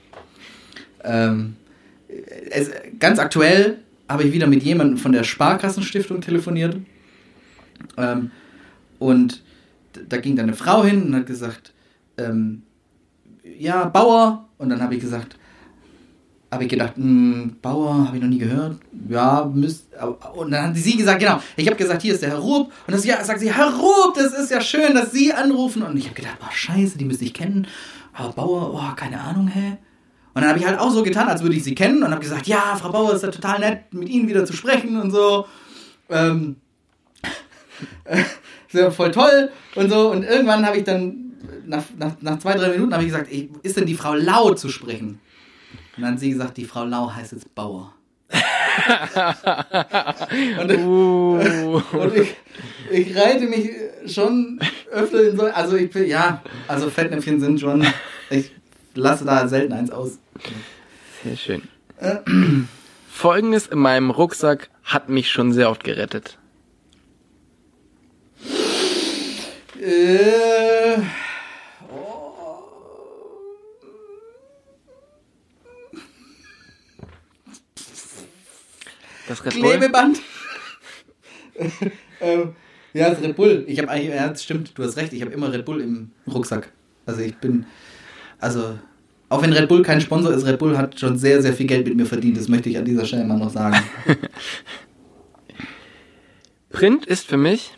Ganz aktuell habe ich wieder mit jemandem von der Sparkassenstiftung telefoniert. Und da ging dann eine Frau hin und hat gesagt, ja, Bauer. Und dann habe ich gedacht, Bauer, habe ich noch nie gehört. Ja, und dann hat sie gesagt, genau, ich habe gesagt, hier ist der Herr Rupp. Und dann sagt sie, Herr Rupp, das ist ja schön, dass Sie anrufen. Und ich habe gedacht, scheiße, die müsste ich kennen. Aber Bauer, keine Ahnung, hä? Und dann habe ich halt auch so getan, als würde ich sie kennen und habe gesagt, ja, Frau Bauer, ist ja total nett, mit Ihnen wieder zu sprechen und so. Ist ja voll toll und so. Und irgendwann habe ich dann, nach 2-3 Minuten habe ich gesagt, ist denn die Frau Lau zu sprechen? Und dann hat sie gesagt, die Frau Lau heißt jetzt Bauer. und ich reite mich schon öfter in so, also Fettnäpfchen sind schon, ich lasse da selten eins aus. Sehr schön. Folgendes in meinem Rucksack hat mich schon sehr oft gerettet. Das Red Bull? Klebeband. Ja, das Red Bull. Ich habe eigentlich, ja, das stimmt, du hast recht, ich habe immer Red Bull im Rucksack. Auch wenn Red Bull kein Sponsor ist, Red Bull hat schon sehr, sehr viel Geld mit mir verdient. Das möchte ich an dieser Stelle mal noch sagen. Print ist für mich...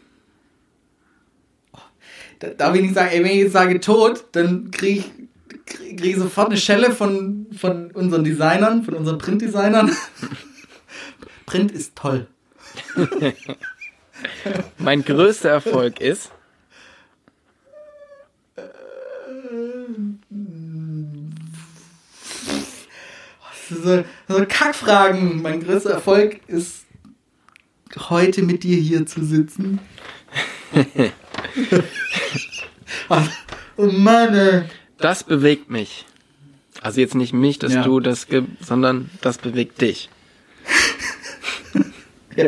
Darf ich nicht sagen, ey, wenn ich jetzt sage tot, dann krieg ich sofort eine Schelle von unseren Designern, von unseren Printdesignern. Print ist toll. Mein größter Erfolg ist... So Kackfragen. Mein größter Erfolg ist, heute mit dir hier zu sitzen. Oh Mann, ey. Das bewegt mich. Also jetzt nicht mich, dass Ja. du das gibst, sondern das bewegt dich. Ja.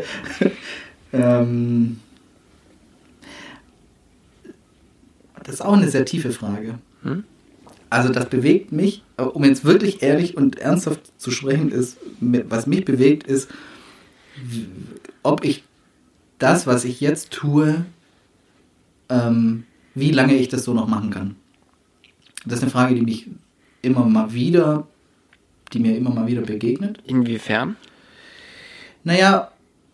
Das ist auch eine sehr tiefe Frage. Also das bewegt mich, aber um jetzt wirklich ehrlich und ernsthaft zu sprechen, ist, was mich bewegt, ist, ob ich das, was ich jetzt tue, wie lange ich das so noch machen kann. Das ist eine Frage, die mir immer mal wieder begegnet. Inwiefern? Naja,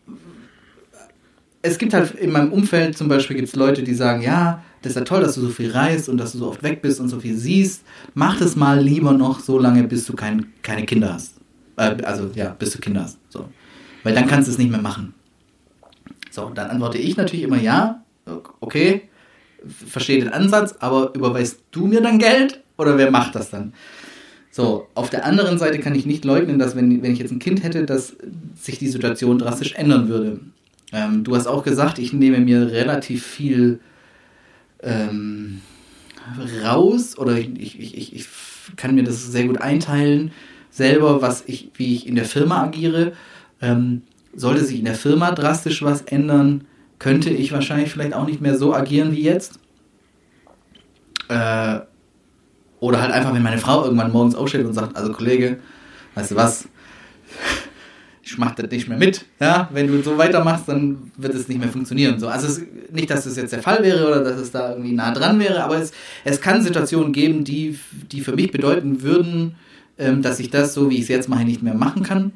es gibt halt in meinem Umfeld zum Beispiel gibt's Leute, die sagen, ja, das ist ja toll, dass du so viel reist und dass du so oft weg bist und so viel siehst. Mach das mal lieber noch so lange, bis du keine Kinder hast. Bis du Kinder hast. So. Weil dann kannst du es nicht mehr machen. So, und dann antworte ich natürlich immer, ja, okay, verstehe den Ansatz, aber überweist du mir dann Geld oder wer macht das dann? So, auf der anderen Seite kann ich nicht leugnen, dass wenn ich jetzt ein Kind hätte, dass sich die Situation drastisch ändern würde. Du hast auch gesagt, ich nehme mir relativ viel raus oder ich kann mir das sehr gut einteilen, selber, wie ich in der Firma agiere. Sollte sich in der Firma drastisch was ändern, könnte ich wahrscheinlich vielleicht auch nicht mehr so agieren wie jetzt. Oder halt einfach, wenn meine Frau irgendwann morgens aufsteht und sagt, also Kollege, weißt du was, ich mach das nicht mehr mit. Ja? Wenn du so weitermachst, dann wird es nicht mehr funktionieren. So, also nicht, dass das jetzt der Fall wäre oder dass es da irgendwie nah dran wäre, aber es kann Situationen geben, die für mich bedeuten würden, dass ich das, so wie ich es jetzt mache, nicht mehr machen kann.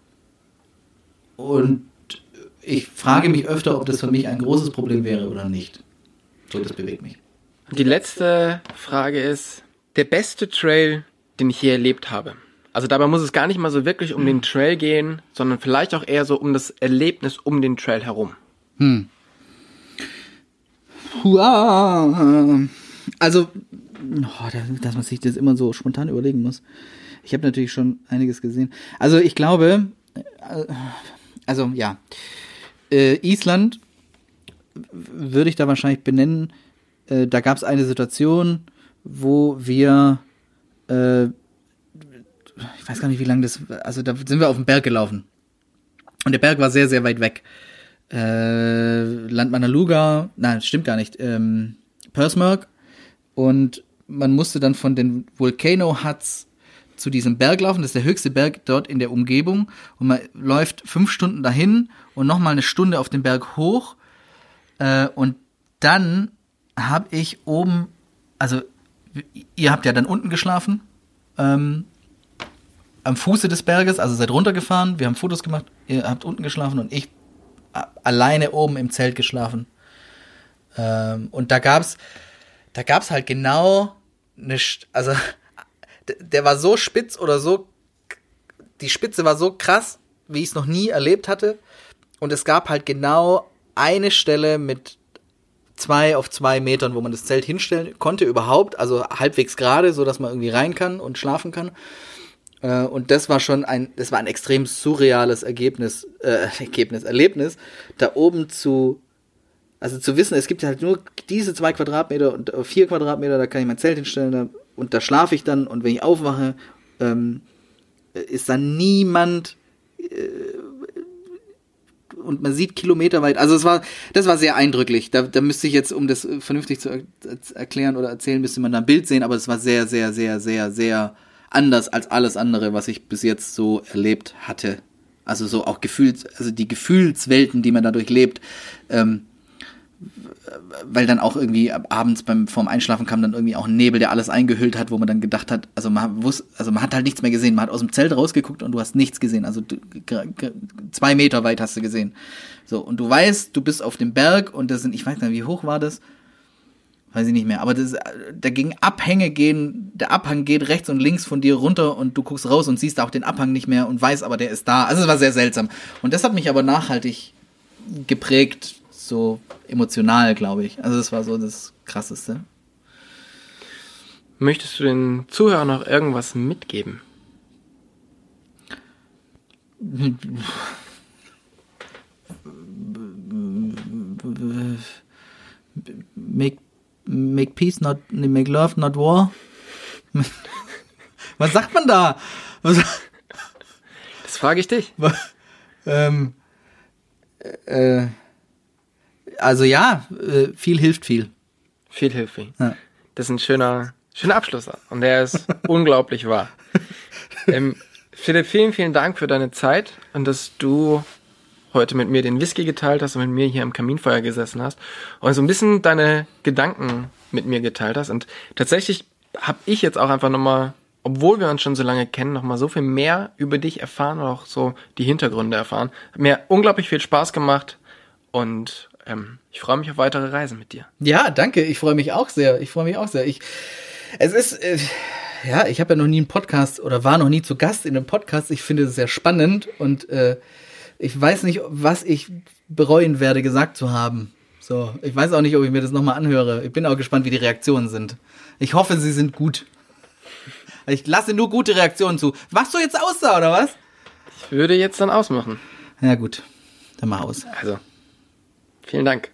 Und ich frage mich öfter, ob das für mich ein großes Problem wäre oder nicht. So, das bewegt mich. Die letzte Frage ist, der beste Trail, den ich je erlebt habe. Also dabei muss es gar nicht mal so wirklich um den Trail gehen, sondern vielleicht auch eher so um das Erlebnis um den Trail herum. Also, dass man sich das immer so spontan überlegen muss. Ich habe natürlich schon einiges gesehen. Also ich glaube, Island würde ich da wahrscheinlich benennen. Da gab es eine Situation, wo wir, ich weiß gar nicht, wie lange das, also da sind wir auf den Berg gelaufen. Und der Berg war sehr, sehr weit weg. Land Manaluga, nein, stimmt gar nicht, Persmerk. Und man musste dann von den Volcano Huts zu diesem Berg laufen. Das ist der höchste Berg dort in der Umgebung. Und man läuft 5 Stunden dahin und nochmal eine Stunde auf den Berg hoch. Und dann habe ich oben, also ihr habt ja dann unten geschlafen, am Fuße des Berges, also seid runtergefahren, wir haben Fotos gemacht, ihr habt unten geschlafen und ich alleine oben im Zelt geschlafen. Und da gab's halt genau also der war so spitz oder so, die Spitze war so krass, wie ich es noch nie erlebt hatte. Und es gab halt genau eine Stelle mit 2 auf 2 Metern, wo man das Zelt hinstellen konnte überhaupt, also halbwegs gerade, so dass man irgendwie rein kann und schlafen kann. Und das war ein extrem surreales Erlebnis, da oben zu wissen, es gibt halt nur diese 2 Quadratmeter und 4 Quadratmeter, da kann ich mein Zelt hinstellen und da schlafe ich dann und wenn ich aufwache, ist da niemand und man sieht kilometerweit, also das war sehr eindrücklich, da müsste ich jetzt, um das vernünftig zu erklären oder erzählen, müsste man da ein Bild sehen, aber es war sehr, sehr, sehr, sehr, sehr anders als alles andere, was ich bis jetzt so erlebt hatte. Also so auch also die Gefühlswelten, die man dadurch lebt, weil dann auch irgendwie abends vorm Einschlafen kam dann irgendwie auch ein Nebel, der alles eingehüllt hat, wo man dann gedacht hat, man hat halt nichts mehr gesehen. Man hat aus dem Zelt rausgeguckt und du hast nichts gesehen. Also 2 Meter weit hast du gesehen. So, und du weißt, du bist auf dem Berg und ich weiß nicht, wie hoch war das? Weiß ich nicht mehr. Aber der Abhang geht rechts und links von dir runter und du guckst raus und siehst auch den Abhang nicht mehr und weißt aber, der ist da. Also es war sehr seltsam. Und das hat mich aber nachhaltig geprägt, so emotional, glaube ich. Also das war so das Krasseste. Möchtest du den Zuhörern noch irgendwas mitgeben? Make peace, make love, not war. Was sagt man da? Das frage ich dich. Also ja, viel hilft viel. Viel hilft viel. Ja. Das ist ein schöner Abschluss und der ist unglaublich wahr. Philipp, vielen, vielen Dank für deine Zeit und dass du heute mit mir den Whisky geteilt hast und mit mir hier am Kaminfeuer gesessen hast und so ein bisschen deine Gedanken mit mir geteilt hast. Und tatsächlich habe ich jetzt auch einfach nochmal, obwohl wir uns schon so lange kennen, nochmal so viel mehr über dich erfahren und auch so die Hintergründe erfahren. Hat mir unglaublich viel Spaß gemacht und ich freue mich auf weitere Reisen mit dir. Ja, danke. Ich freue mich auch sehr. Ich habe ja noch nie einen Podcast oder war noch nie zu Gast in einem Podcast. Ich finde es sehr spannend und ich weiß nicht, was ich bereuen werde, gesagt zu haben. So, ich weiß auch nicht, ob ich mir das nochmal anhöre. Ich bin auch gespannt, wie die Reaktionen sind. Ich hoffe, sie sind gut. Ich lasse nur gute Reaktionen zu. Machst du jetzt aus da, oder was? Ich würde jetzt dann ausmachen. Ja gut, dann mach aus. Also, vielen Dank.